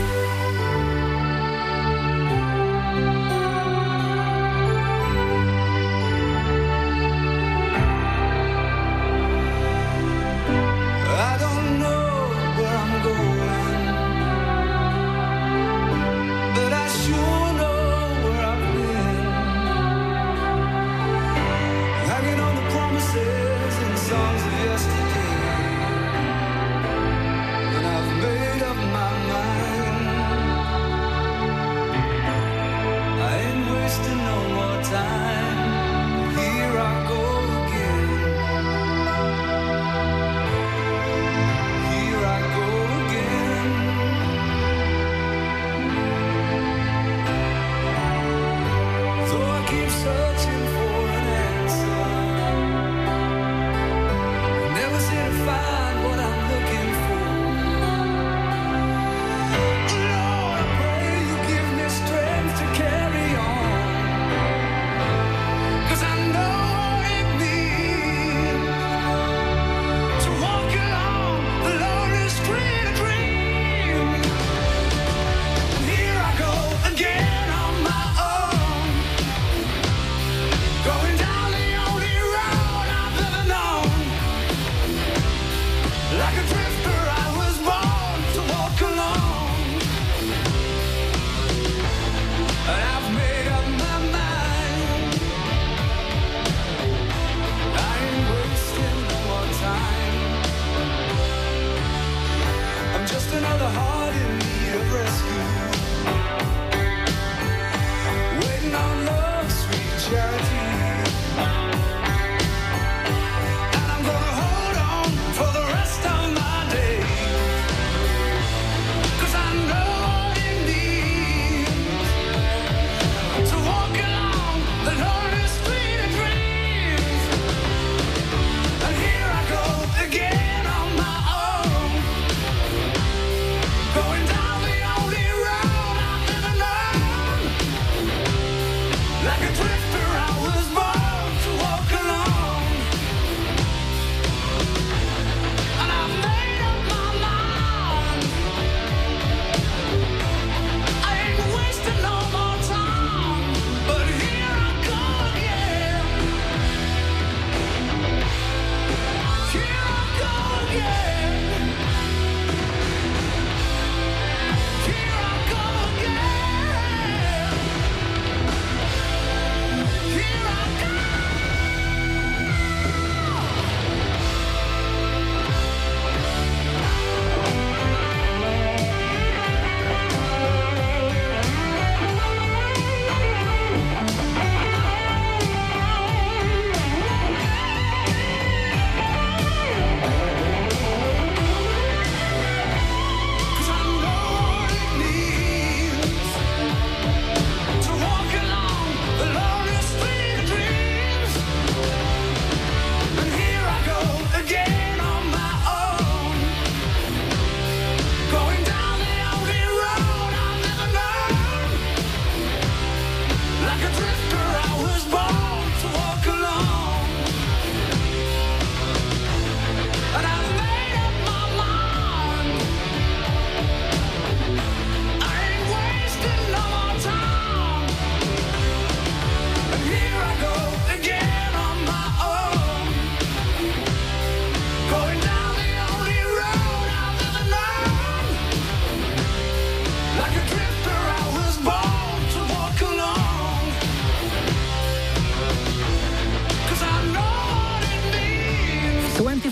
I don't know where I'm going, but I sure know where I've been. Hanging on the promises and songs of yesterday, and I've made up my mind.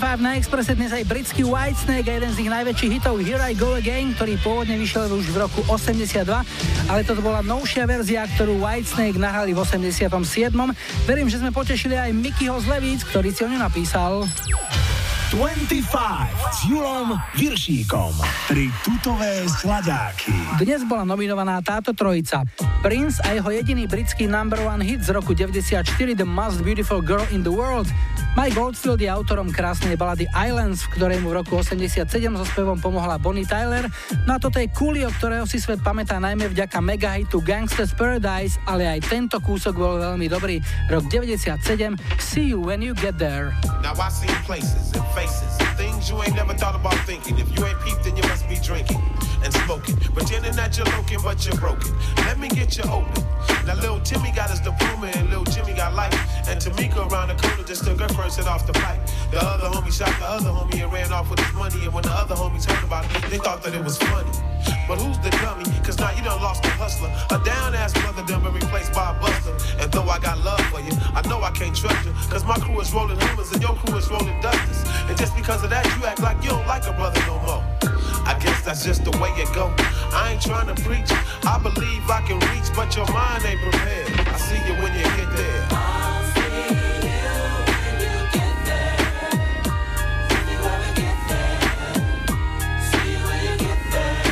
dvadsaťpäť na Expresse dnes aj britský Whitesnake a jeden z ich najväčších hitov Here I Go Again, ktorý pôvodne vyšiel už v roku osemdesiatdva, ale toto bola novšia verzia, ktorú Whitesnake nahrali v osemdesiatom siedmom. Verím, že sme potešili aj Mikyho z Levíc, ktorý si o ňu napísal. dvadsaťpäť s Julom Viršíkom. Tri tutové sladáky. Dnes bola nominovaná táto trojica. Prince a jeho jediný britský number one hit z roku deväťdesiatštyri The Most Beautiful Girl in the World. Mike Oldfield je autorom krásnej balady Islands, v ktorej mu v roku osemdesiatsedem so spevom pomohla Bonnie Tyler. No a toto je Coolio, ktorého si svet pamätá najmä vďaka megahitu Gangsta's Paradise, ale aj tento kúsok bol veľmi dobrý. Rok deväťdesiatsedem, See You When You Get There. Now I see places and faces, things you ain't never thought about thinking. If you ain't peeped, then you must be drinking and smoking, pretending that you're looking, but you're broken. Let me get you open. Now little Timmy got his diploma and little Jimmy got life, and Tamika around the corner just took her first hit off the pipe. The other homie shot the other homie and ran off with his money, and when the other homies heard about it, they thought that it was funny. But who's the dummy? Cause now you done lost a hustler. A down-ass brother done been replaced by a buster. And though I got love for you, I know I can't trust you. Cause my crew is rolling Hummers and your crew is rolling Dusters. And just because of that, you act like you don't like a brother no more. I guess that's just the way it go. I ain't trying to preach, I believe I can reach, but your mind ain't prepared. I see you when you get there. I'll see you when you get there. If you ever get there, see you when you get there.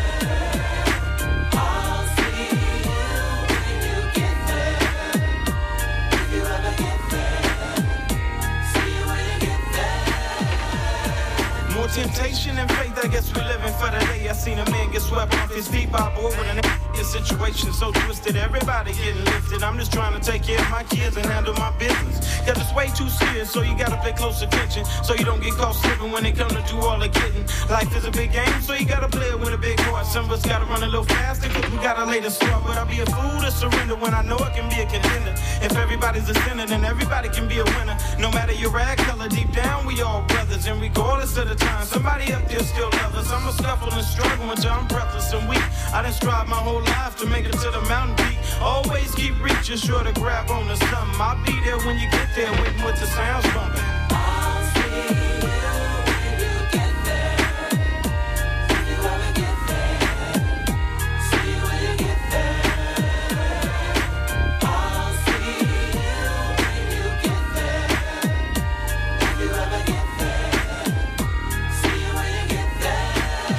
I'll see you when you get there. If you ever get there, see you when you get there. More temptation and faith, I guess we're living for the day. I seen a man get swept off his feet by a boy with an the situation so twisted, everybody getting lifted. I'm just trying to take care of my kids and handle my business. Cause it's way too serious, so you gotta pay close attention, so you don't get caught slipping when they come to do all the getting. Life is a big game, so you gotta play it with a big heart. Some of us gotta run a little faster, cause we gotta lay the start. But I'll be a fool to surrender when I know I can be a contender. If everybody's a sinner, then everybody can be a winner. No matter your rag color, deep down we all brothers. And regardless of the time, somebody up there still loves us. I'ma scuffle and struggle until I'm breathless and weak. I done strive my whole life to make it to the mountain peak. Always keep reaching, sure to grab on to something. I'll be there when you get there, waiting with the sounds bumping. I'll see you when you get there. If you ever get there, see you when you get there. I'll see you when you get there. If you ever get there, see you when you get there.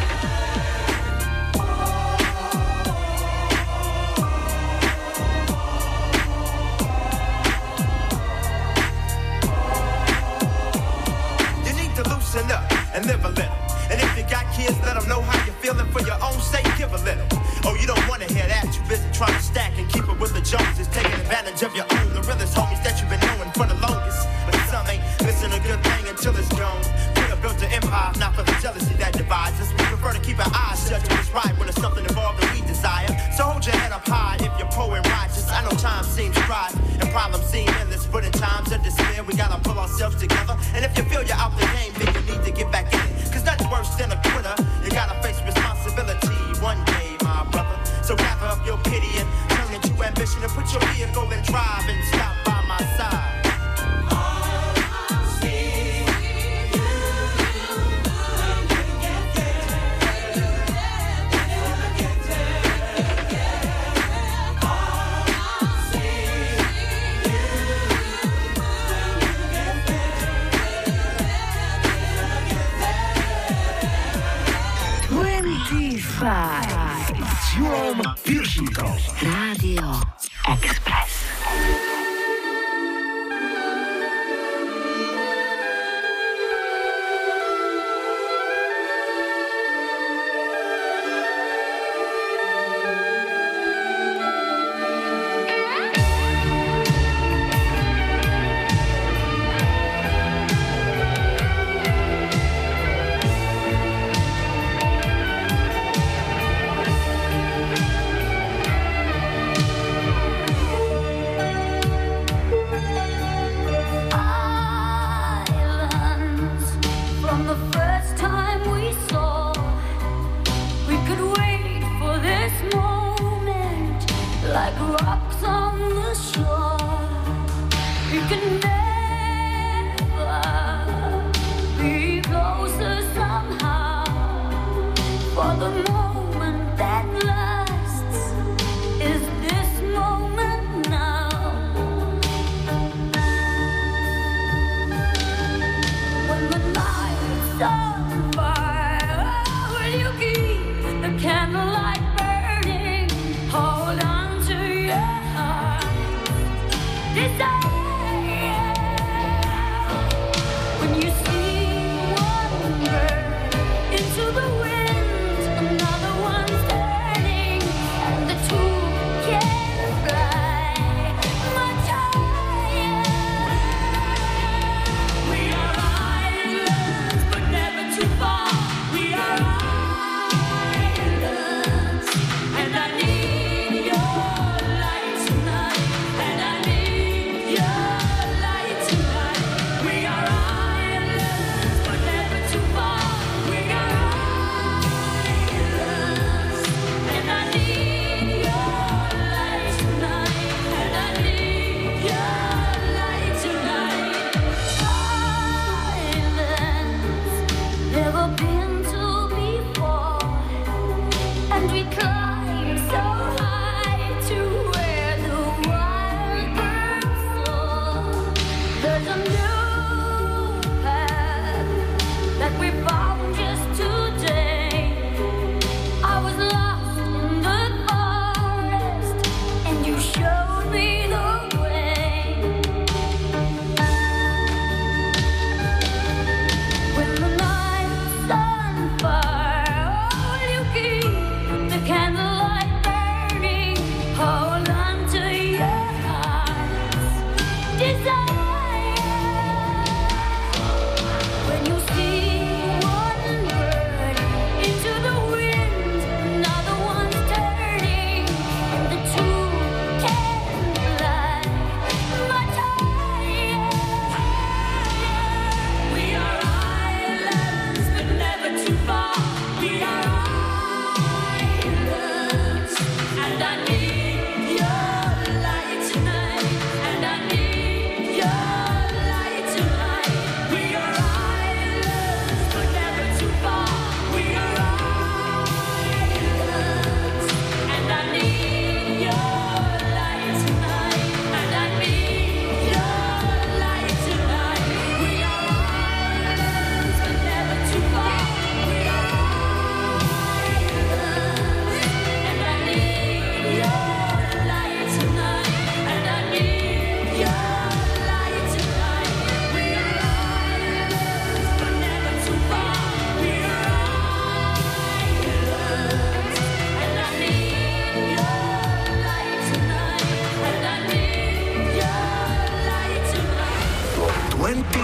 Loosen up and live a little. And if you got kids, let them know how you're feeling. For your own sake, give a little. Oh, you don't want to hear that. You busy trying to stack and keep it with the Joneses, taking advantage of your own. The realest homies that you've been knowing for the longest. But some ain't missing a good thing until it's gone. Could have built an empire, not for the jealousy that divides us. We prefer to keep our eyes shut to what's right when it's something involved that we desire. So hold your head up high if you're poor and righteous. I know time seems dry and problems seem endless, but in times of despair, we gotta pull ourselves together. And if you feel you're out the game, then you need to get back in it. Cause nothing worse than a quitter. You gotta face responsibility one day, my brother. So gather up your pity and turn it to ambition and put your vehicle in drive and stop by my side. S Julom Viršíkom. Rádio Express.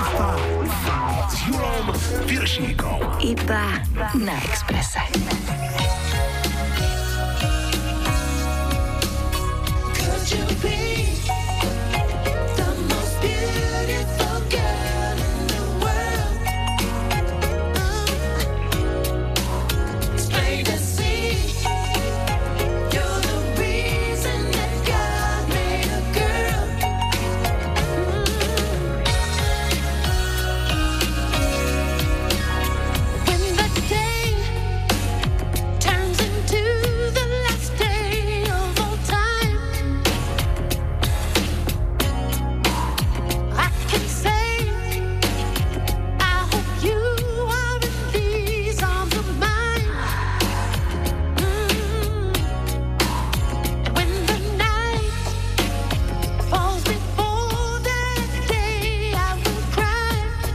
S Julom Viršíkom. Iba na Expresse. Could you be the most beautiful girl in the world? It's plain to see you're the reason that God made a girl. When the day turns into the last day of all time, I can say I hope you are in these arms of mine. Mm. And when the night falls before that day, I will cry.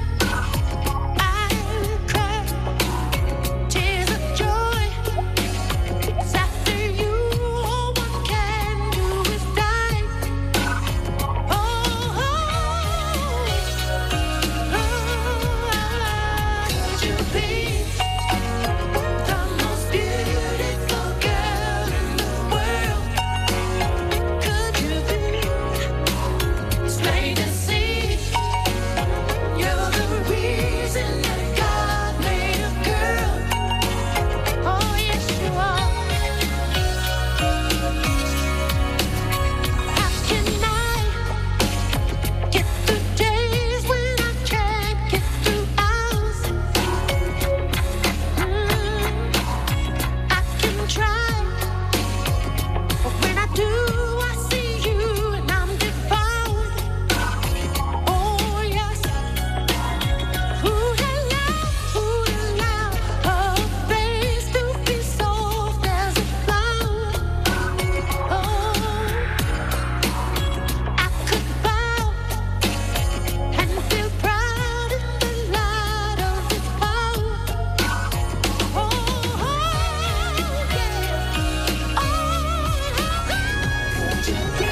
I will cry tears of joy. 'Cause after you, all one can do is die. Oh, oh, oh, could you be the most beautiful girl in the world? Could you be? It's plain to see you're the reason that God made a girl. Oh, yes, you are. How can I get through days when I can't get through hours? Mm, I can try, but when I do, I see you and I'm devoured. Oh, yes. Who allow, who allow a face to be soft as a flower? Oh, I could bow and feel proud in the light of His power. Oh, yeah. Could you be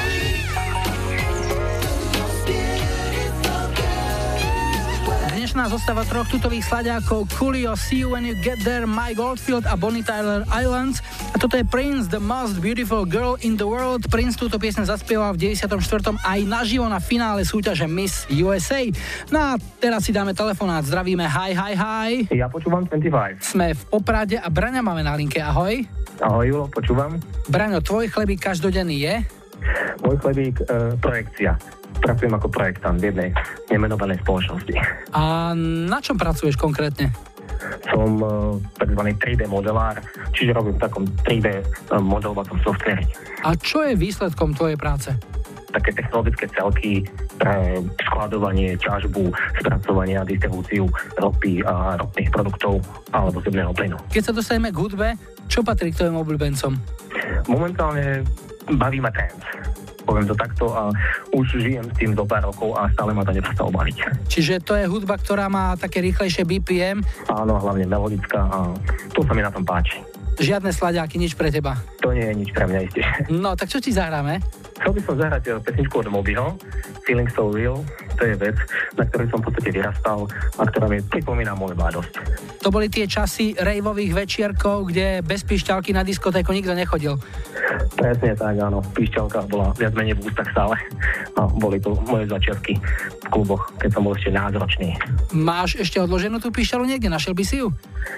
the most beautiful girl? Dnešná zostava troch tutových slaďákov Coolio, See You When You Get There, Mike Oldfield a Bonnie Tyler Islands. A toto je Prince, The Most Beautiful Girl in the World. Prince túto piesň zaspieval v deväťdesiatom štvrtom aj naživo na finále súťaže Miss U S A. No a teraz si dáme telefonát. Zdravíme, hi, hi, hi. Ja počúvam dvadsaťpäť. Sme v Poprade a Braňa máme na linke. Ahoj. Ahoj Julo, počúvam. Braňo, tvoj chlebík každodenný je? Môj chlebík, e, projekcia. Pracujem ako projektant v jednej nemenovanej spoločnosti. A na čom pracuješ konkrétne? Som e, tzv. tri dé modelár, čiže robím v takom tri dé modelovacom softveri. A čo je výsledkom tvojej práce? Také technologické celky pre skladovanie, ťažbu, spracovanie a distribúciu ropy a ropných produktov alebo zemného plynu. Keď sa dostaneme k hudbe, čo patrí k tvojim obľúbencom? Momentálne baví ma trance. Poviem to takto a už žijem s tým do pár rokov a stále ma to neprestalo baviť. Čiže to je hudba, ktorá má také rýchlejšie bé pé em? Áno, hlavne melodická a to sa mi na tom páči. Žiadne slaďáky, nič pre teba? To nie je nič pre mňa isté. No, tak čo ti zahráme? Chcel by som zahrať pesničku od Mobyho, Feeling So Real. To je vec, na ktorej som v podstate vyrastal a ktorá mi pripomína moju mladosť. To boli tie časy rejvových večierkov, kde bez píšťalky na diskotéku nikto nechodil. Presne tak, áno. Píšťalka bola viac menej v ústach stále. A boli to moje začiatky v kluboch, keď som bol ešte názročný. Máš ešte odloženú tú píšťalu niekde? Našiel by si ju?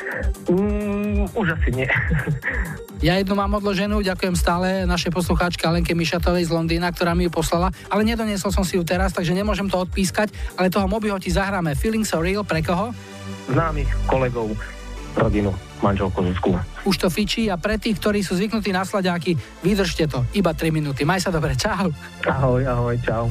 Mm, už asi nie. Ja jednu mám odloženú, ďakujem stále našej poslucháčke Alenke Mišatovej z Londýna, ktorá mi ju poslala, ale nedoniesol som si ju teraz, takže nemôžem to odpískať, ale toho Mobyho ti zahráme. Feeling So Real, pre koho? Známych, kolegov, rodinu, manželku Zuzku. Už to fičí a pre tých, ktorí sú zvyknutí na slaďáky, vydržte to, iba tri minúty. Maj sa dobre, čau. Ahoj, ahoj, čau.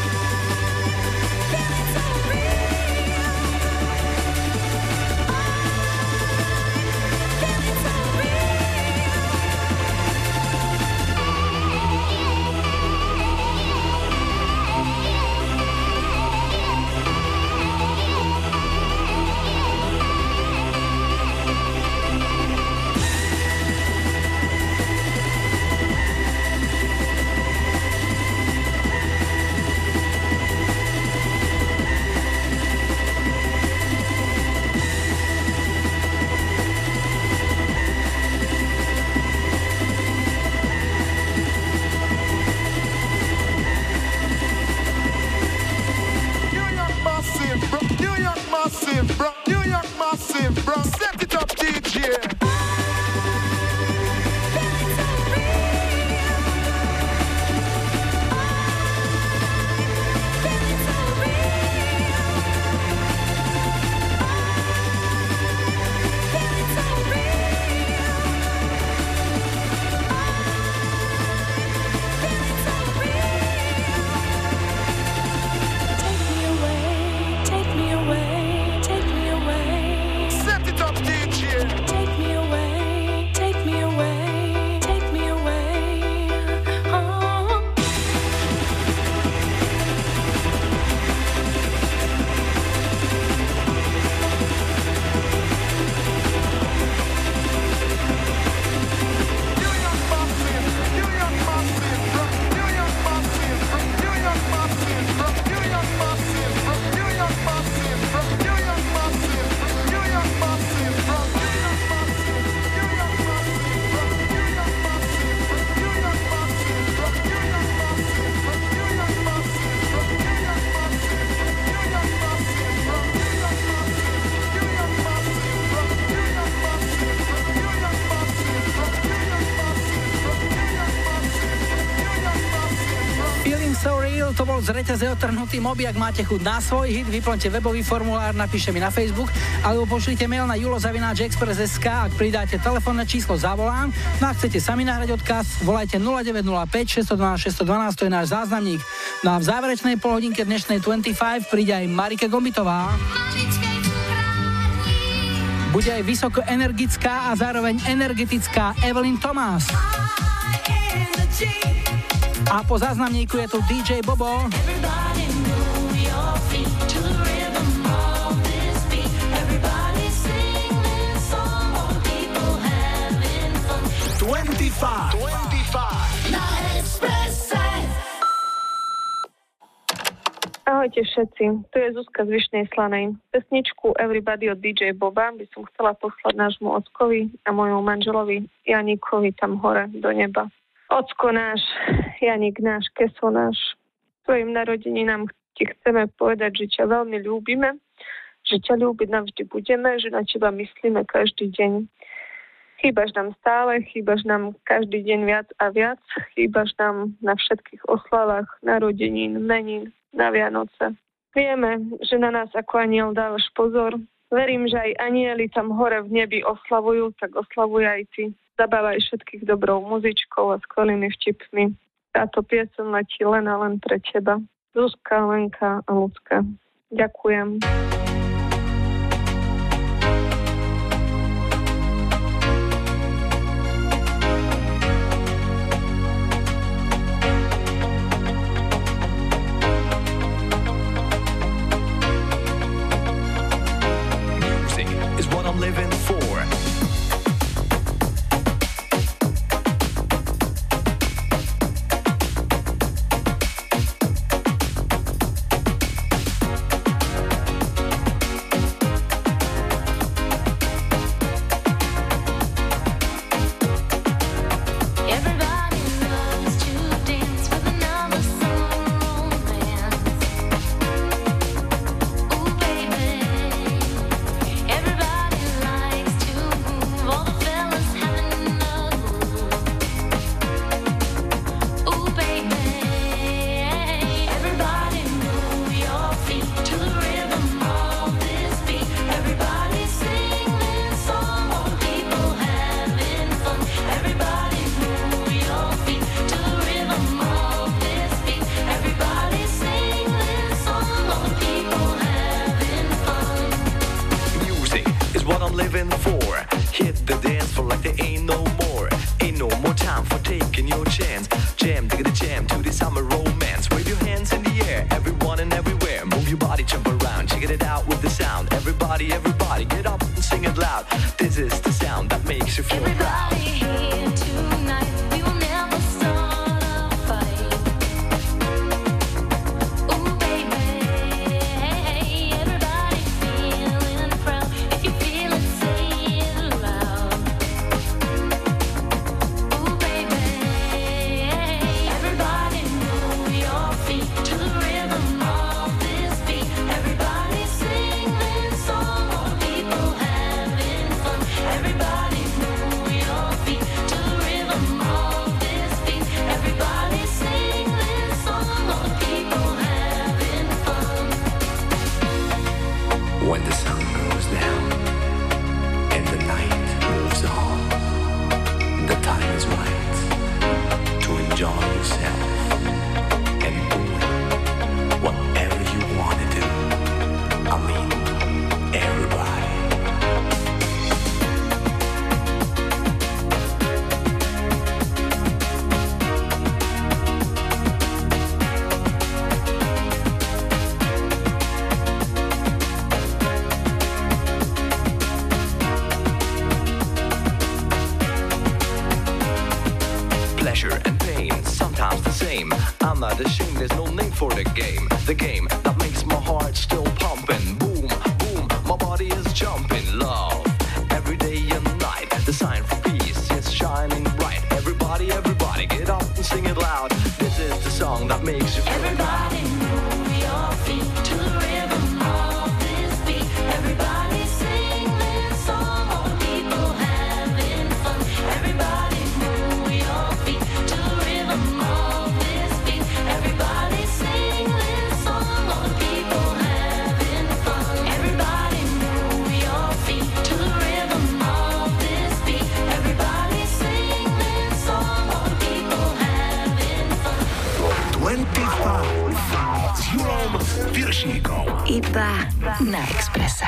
Feeling Still to bol z reťaze otrhnutý Moby. Ak máte chuť na svoj hit, vyplňte webový formulár, napíšte mi na Facebook alebo pošlite mail na julo zavináč express bodka es ká. Ak pridáte telefónne číslo, zavolám. No a chcete sami nahrať odkaz, volajte nula deväť nula päť šesť jedna dva šesť jedna dva, to je náš záznamník. No a v záverečnej polhodinke dnešnej dvadsaťpäť príde aj Marika Gombitová. Bude aj vysoko energická a zároveň energetická Evelyn Thomas. A po záznamníku je tu dý džej Bobo. dvadsaťpäť. dvadsaťpäť. Na Expresse. Ahojte všetci, tu je Zuzka z Vyšnej Slanej. Pesničku Everybody od dý džej Boba by som chcela poslať nášmu ockovi a môjmu manželovi Janíkovi tam hore do neba. Ocko náš, Janík náš, keso náš, svojim narodeninám ti chceme povedať, že ťa veľmi ľúbime, že ťa ľúbiť navždy budeme, že na teba myslíme každý deň. Chýbaš nám stále, chýbaš nám každý deň viac a viac, chýbaš nám na všetkých oslavách, narodenín, menín, na Vianoce. Vieme, že na nás ako aniel dávaš pozor. Verím, že aj anieli tam hore v nebi oslavujú, tak oslavuj aj ty. Zabávaj všetkých dobrou muzičkou a skvelými vtipmi. Táto pieseň letí len a len pre teba. Zuzka, Lenka a Lucka. Ďakujem. Music is what I'm living for. Everybody sing Iba na Expresse.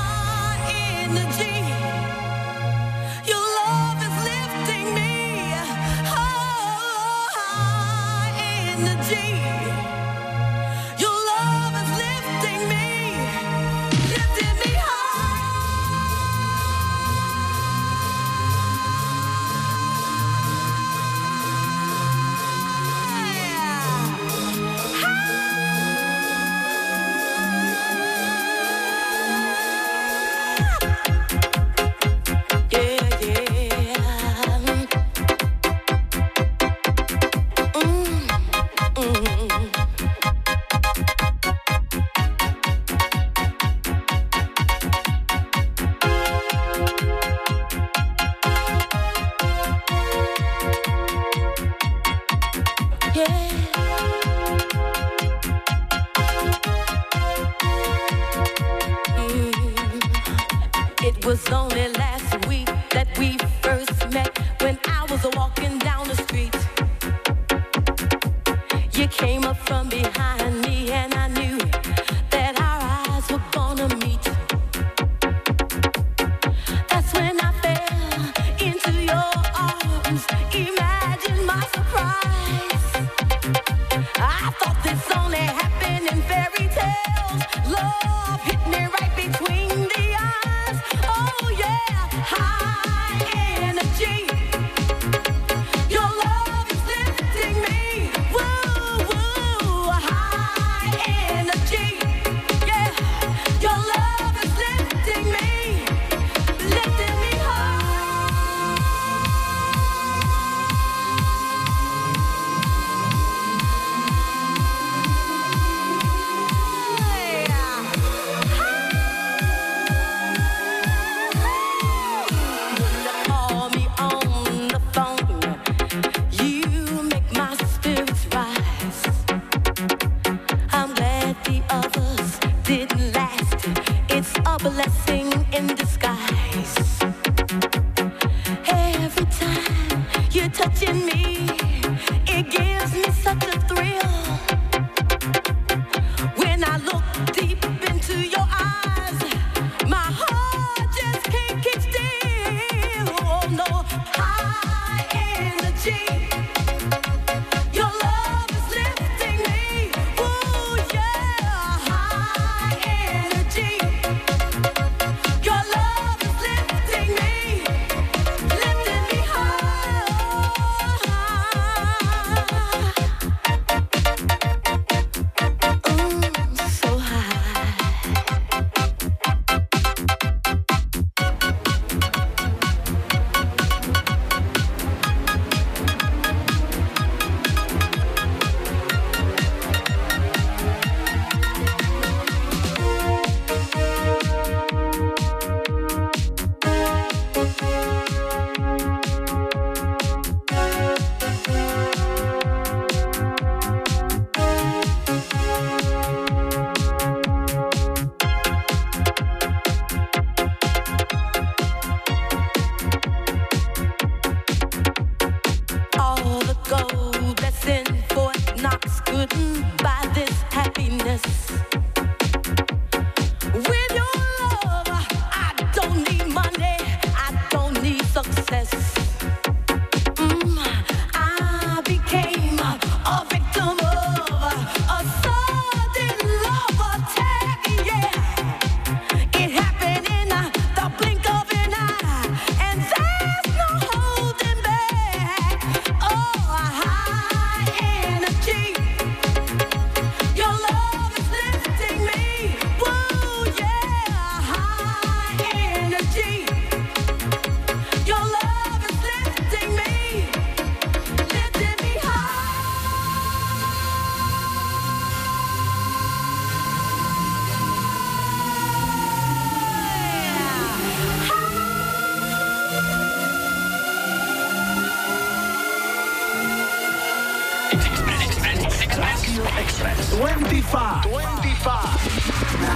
dvadsaťpäť. dvadsaťpäť. Na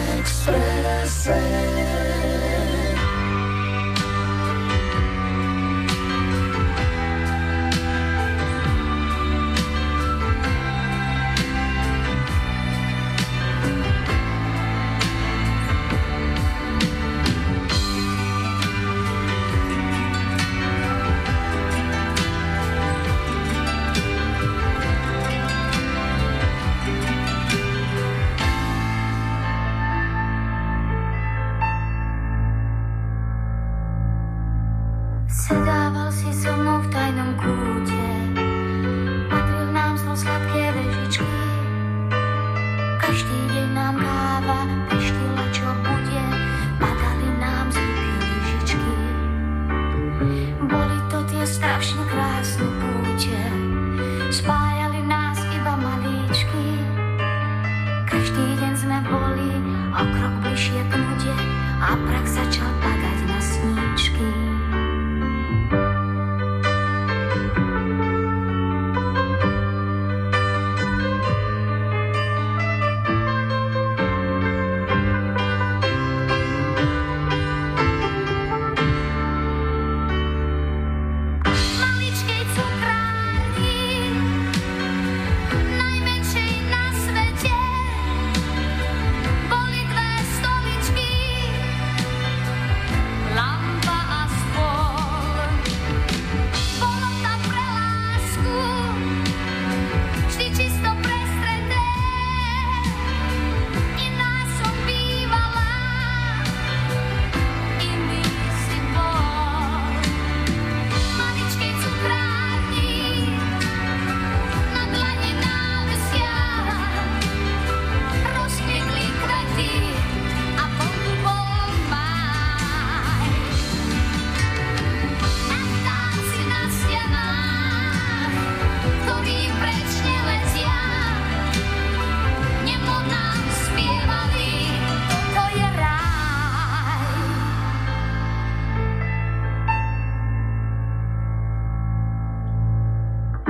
Expresse.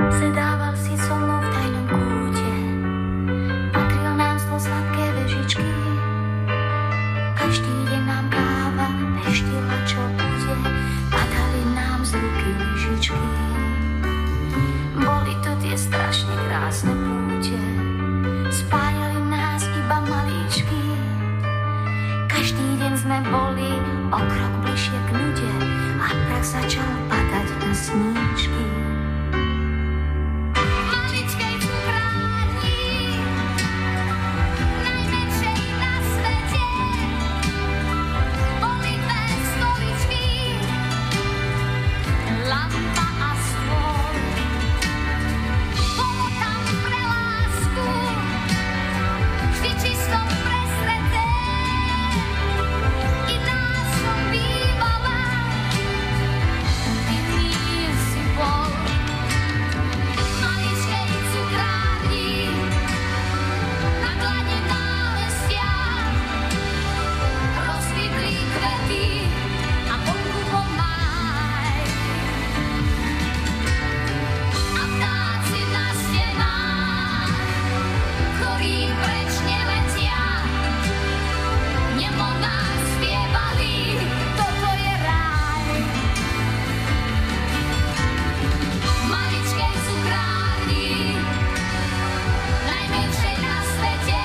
Sedával si so mnou v tajnom kúte, patril nám stvo sladké vežičky. Každý deň nám káva peštila, čo bude, padali nám z ruky lyžičky. Boli to tie strašne krásne púte, spájali nás iba maličky. Každý deň sme boli o krok bližšie k nude a prach začal padať na sníčky. Maličkej cukrárni, najmenšej na svete, boli dve stoličky, lampa a stôl. Bolo tam pre lásku, vždy čisto presreté, i nás som bývala, ty nie si bol. Maličkej cukrárni, na dlane námestia, rozkvitli kvety a vonku bol máj. A vtáci na stenách, ktorí preč neletia, nemo nás spievali, toto je ráj. Maličkej cukrárni, najmenšej na svete,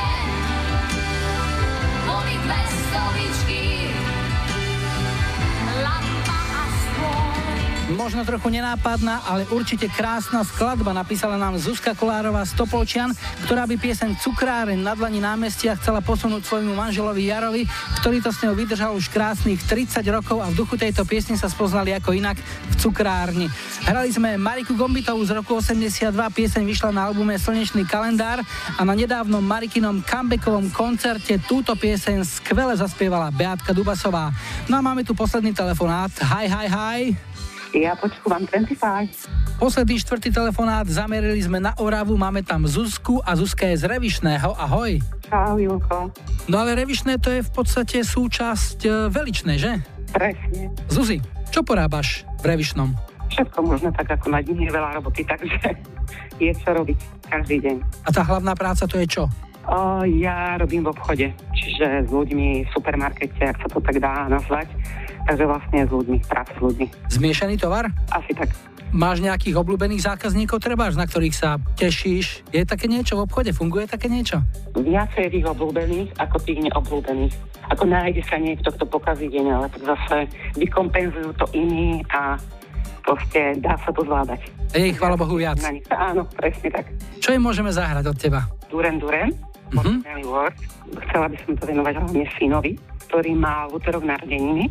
boli dve stoličky, lampa a stôl. Možno trochu nenápadná, ale určite krásna skladba napísala nám Zuzka Kolárová z Topolčian, ktorá by pieseň Cukráreň na dlani námestia chcela posunúť svojmu manželovi Jarovi, ktorý to s ňou vydržal už krásnych tridsať rokov a v duchu tejto piesne sa spoznali ako inak v cukrárni. Hrali sme Mariku Gombitovú z roku osemdesiatdva, pieseň vyšla na albume Slnečný kalendár a na nedávnom Marikinom comebackovom koncerte túto pieseň skvele zaspievala Beátka Dubasová. No a máme tu posledný telefonát. Hi, hi, hi. Ja počúvam dvadsaťpäť. Posledný štvrtý telefonát, zamerili sme na Oravu, máme tam Zuzku a Zuzka je z Revišného. Ahoj. Čau, Julko. No ale Revišné to je v podstate súčasť e, Veličnej, že? Presne. Zuzi, čo porábaš v Revišnom? Všetko možno tak, ako na dní je veľa roboty, takže je čo robiť každý deň. A tá hlavná práca to je čo? O, ja robím v obchode, čiže s ľuďmi v supermarkete, ak sa to tak dá nazvať. Takže vlastne s ľuďmi, práca s ľuďmi. Zmiešaný tovar? Asi tak. Máš nejakých obľúbených zákazníkov, trebáš, na ktorých sa tešíš? Je také niečo v obchode? Funguje také niečo? Viacej tých obľúbených ako tých neobľúbených. Ako nájde sa niekto, kto pokazí deň, ale tak zase vykompenzujú to iní a proste dá sa to zvládať. A je ich, chvála Bohu, viac. Áno, presne tak. Čo im môžeme zahrať od teba? Duran Duran, Mhm. Ordinary World. Chcela by som to venovať hlavne synovi, ktorý má v útorok narodeniny,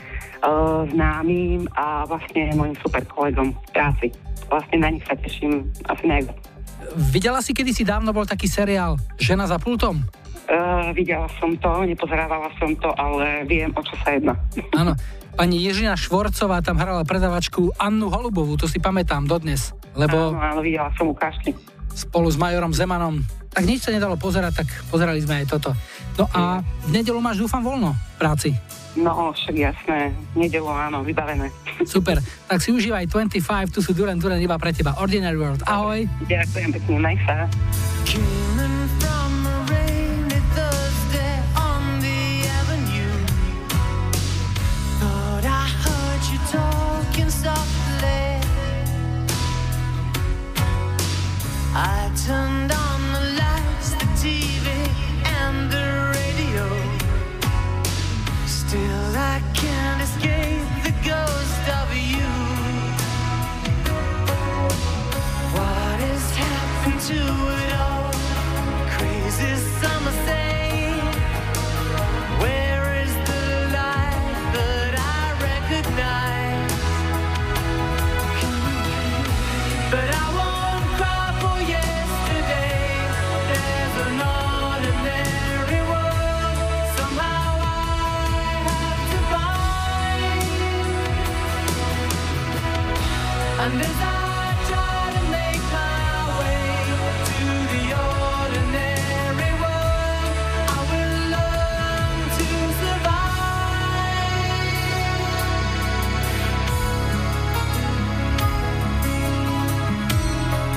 uh, známym a vlastne môjim super kolegom v práci. Vlastne na nich sa teším asi najviac. Videla si kedysi dávno bol taký seriál Žena za pultom? Uh, videla som to, nepozerávala som to, ale viem, o čo sa jedná. Áno. Pani Jiřina Švorcová tam hrala predavačku Annu Holubovú, to si pamätám dodnes, lebo... Áno, áno, videla som ukážky. Spolu s Majorom Zemanom. Tak nič sa nedalo pozerať, tak pozerali sme aj toto. No a v nedeľu máš, dúfam, voľno v práci. No, však jasné, nedeľu áno, vybavené. Super, tak si užívaj dvadsaťpäť, tu sú Duran Duran iba pre teba. Ordinary World, ahoj. Ďakujem pekne, maj sa. I turned on the lights, the T V, and the radio. Still I can't escape the ghost of you. What has happened to it all? Crazy summer say, where is the light that I recognize? But I won't and as I try to make my way to the ordinary world, I will learn to survive.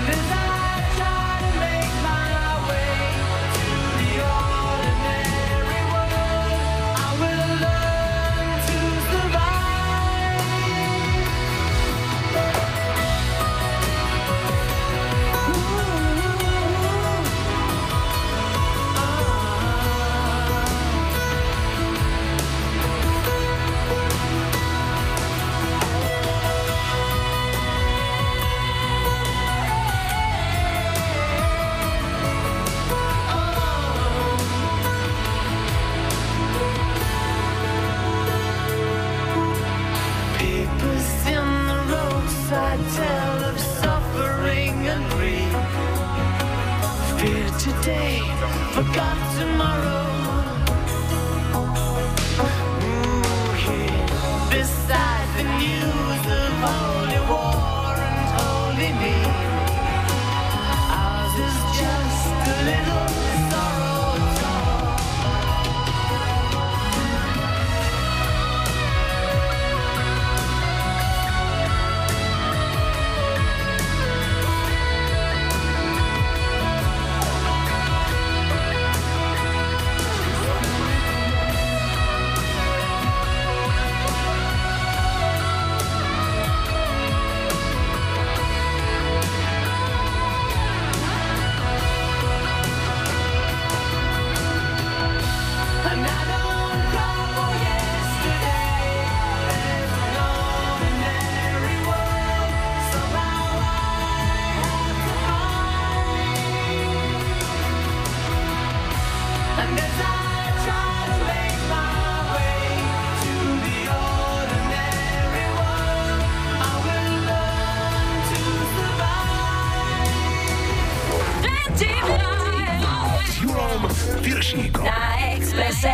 Today, forgot tomorrow. Ooh, here, beside the news of holy war and holy need, ours is just a little sorrow talk. Na Expresse.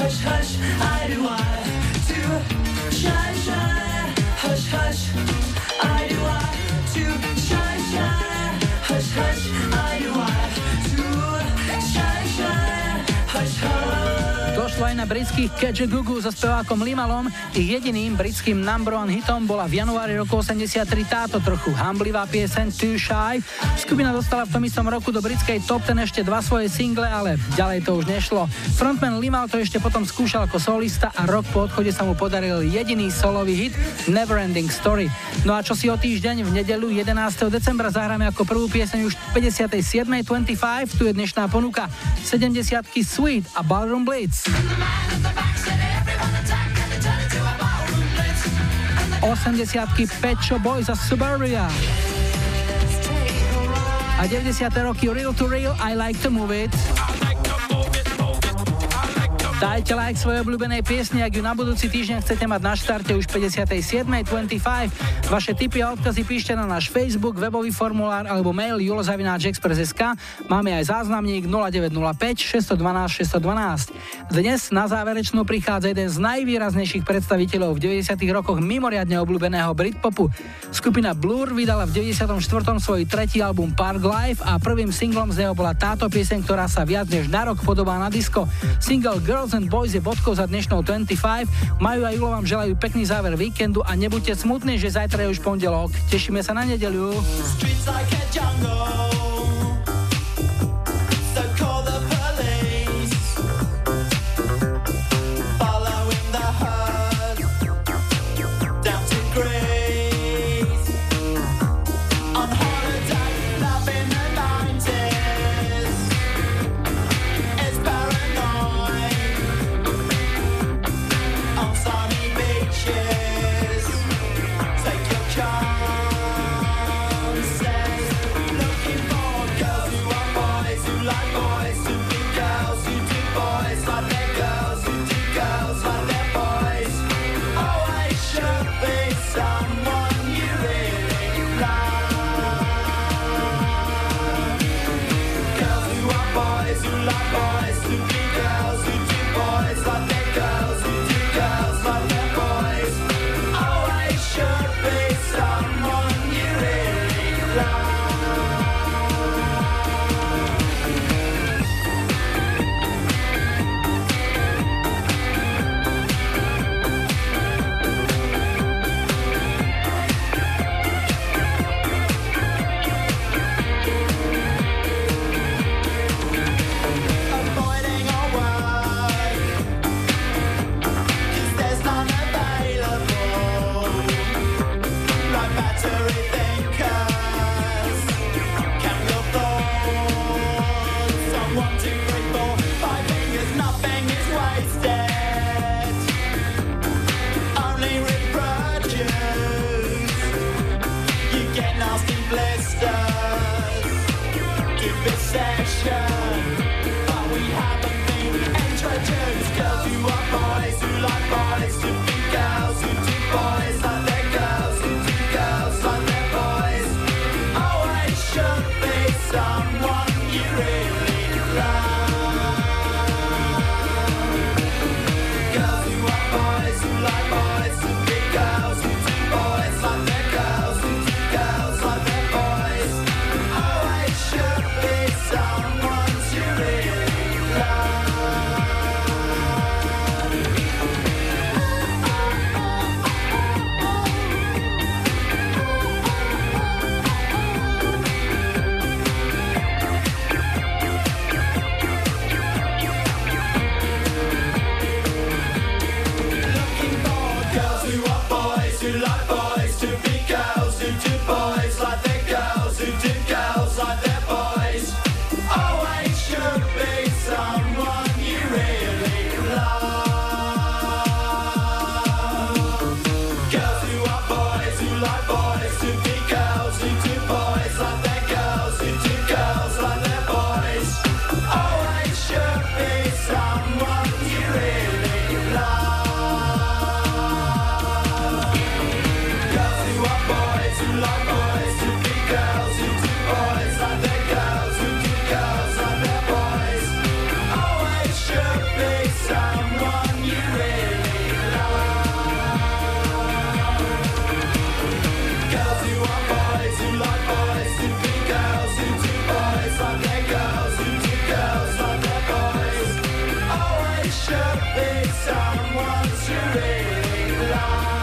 Hush, hush, I do I to shy, shy. Hush, hush, I do I to shy, shy. Hush, hush, I do I to shy, shy. Hush, hush. Došlo aj na britských Kajagoogoo so spevákom Limalom. Ich jediným britským number one hitom bola v januári roku osemdesiattri táto trochu hamblivá pieseň Too Shy. Skupina dostala v tom istom roku do britskej top ten ešte dva svoje single, ale ďalej to už nešlo. Frontman Limal to ešte potom skúšal ako solista a rok po odchode sa mu podaril jediný solový hit Neverending Story. No a čo si o týždeň v nedeľu jedenásteho decembra zahráme ako prvú pieseň už päťdesiatej siedmej dvadsaťpäť, tu je dnešná ponuka sedemdesiatky Sweet a Ballroom Blitz. osemdesiatky Pet Shop Boys a Suburbia. A deväťdesiate roky Real to Real, I Like to Move It. Dajte like svojej obľúbenej piesni, ak ju na budúci týždeň chcete mať na štarte už päťdesiatej siedmej dvadsaťpäť. Vaše tipy a odkazy píšte na náš Facebook, webový formulár alebo mail julo zavináč express bodka es ká. Máme aj záznamník nula deväť nula päť šesť jedna dva šesť jedna dva. Dnes na záverečnú prichádza jeden z najvýraznejších predstaviteľov v deväťdesiatych rokoch mimoriadne obľúbeného Britpopu. Skupina Blur vydala v deväťdesiatom štvrtom svoj tretí album Park Life a prvým singlom z neho bola táto pieseň, ktorá sa viac než na rok podobá na disco. Single Girls and Boys je bodkou za dnešnou dvadsaťpäť. Majú a Julo vám želajú pekný záver víkendu a nebuďte smutní, že zajtra je už pondelok. Tešíme sa na nedeľu. someone to really love.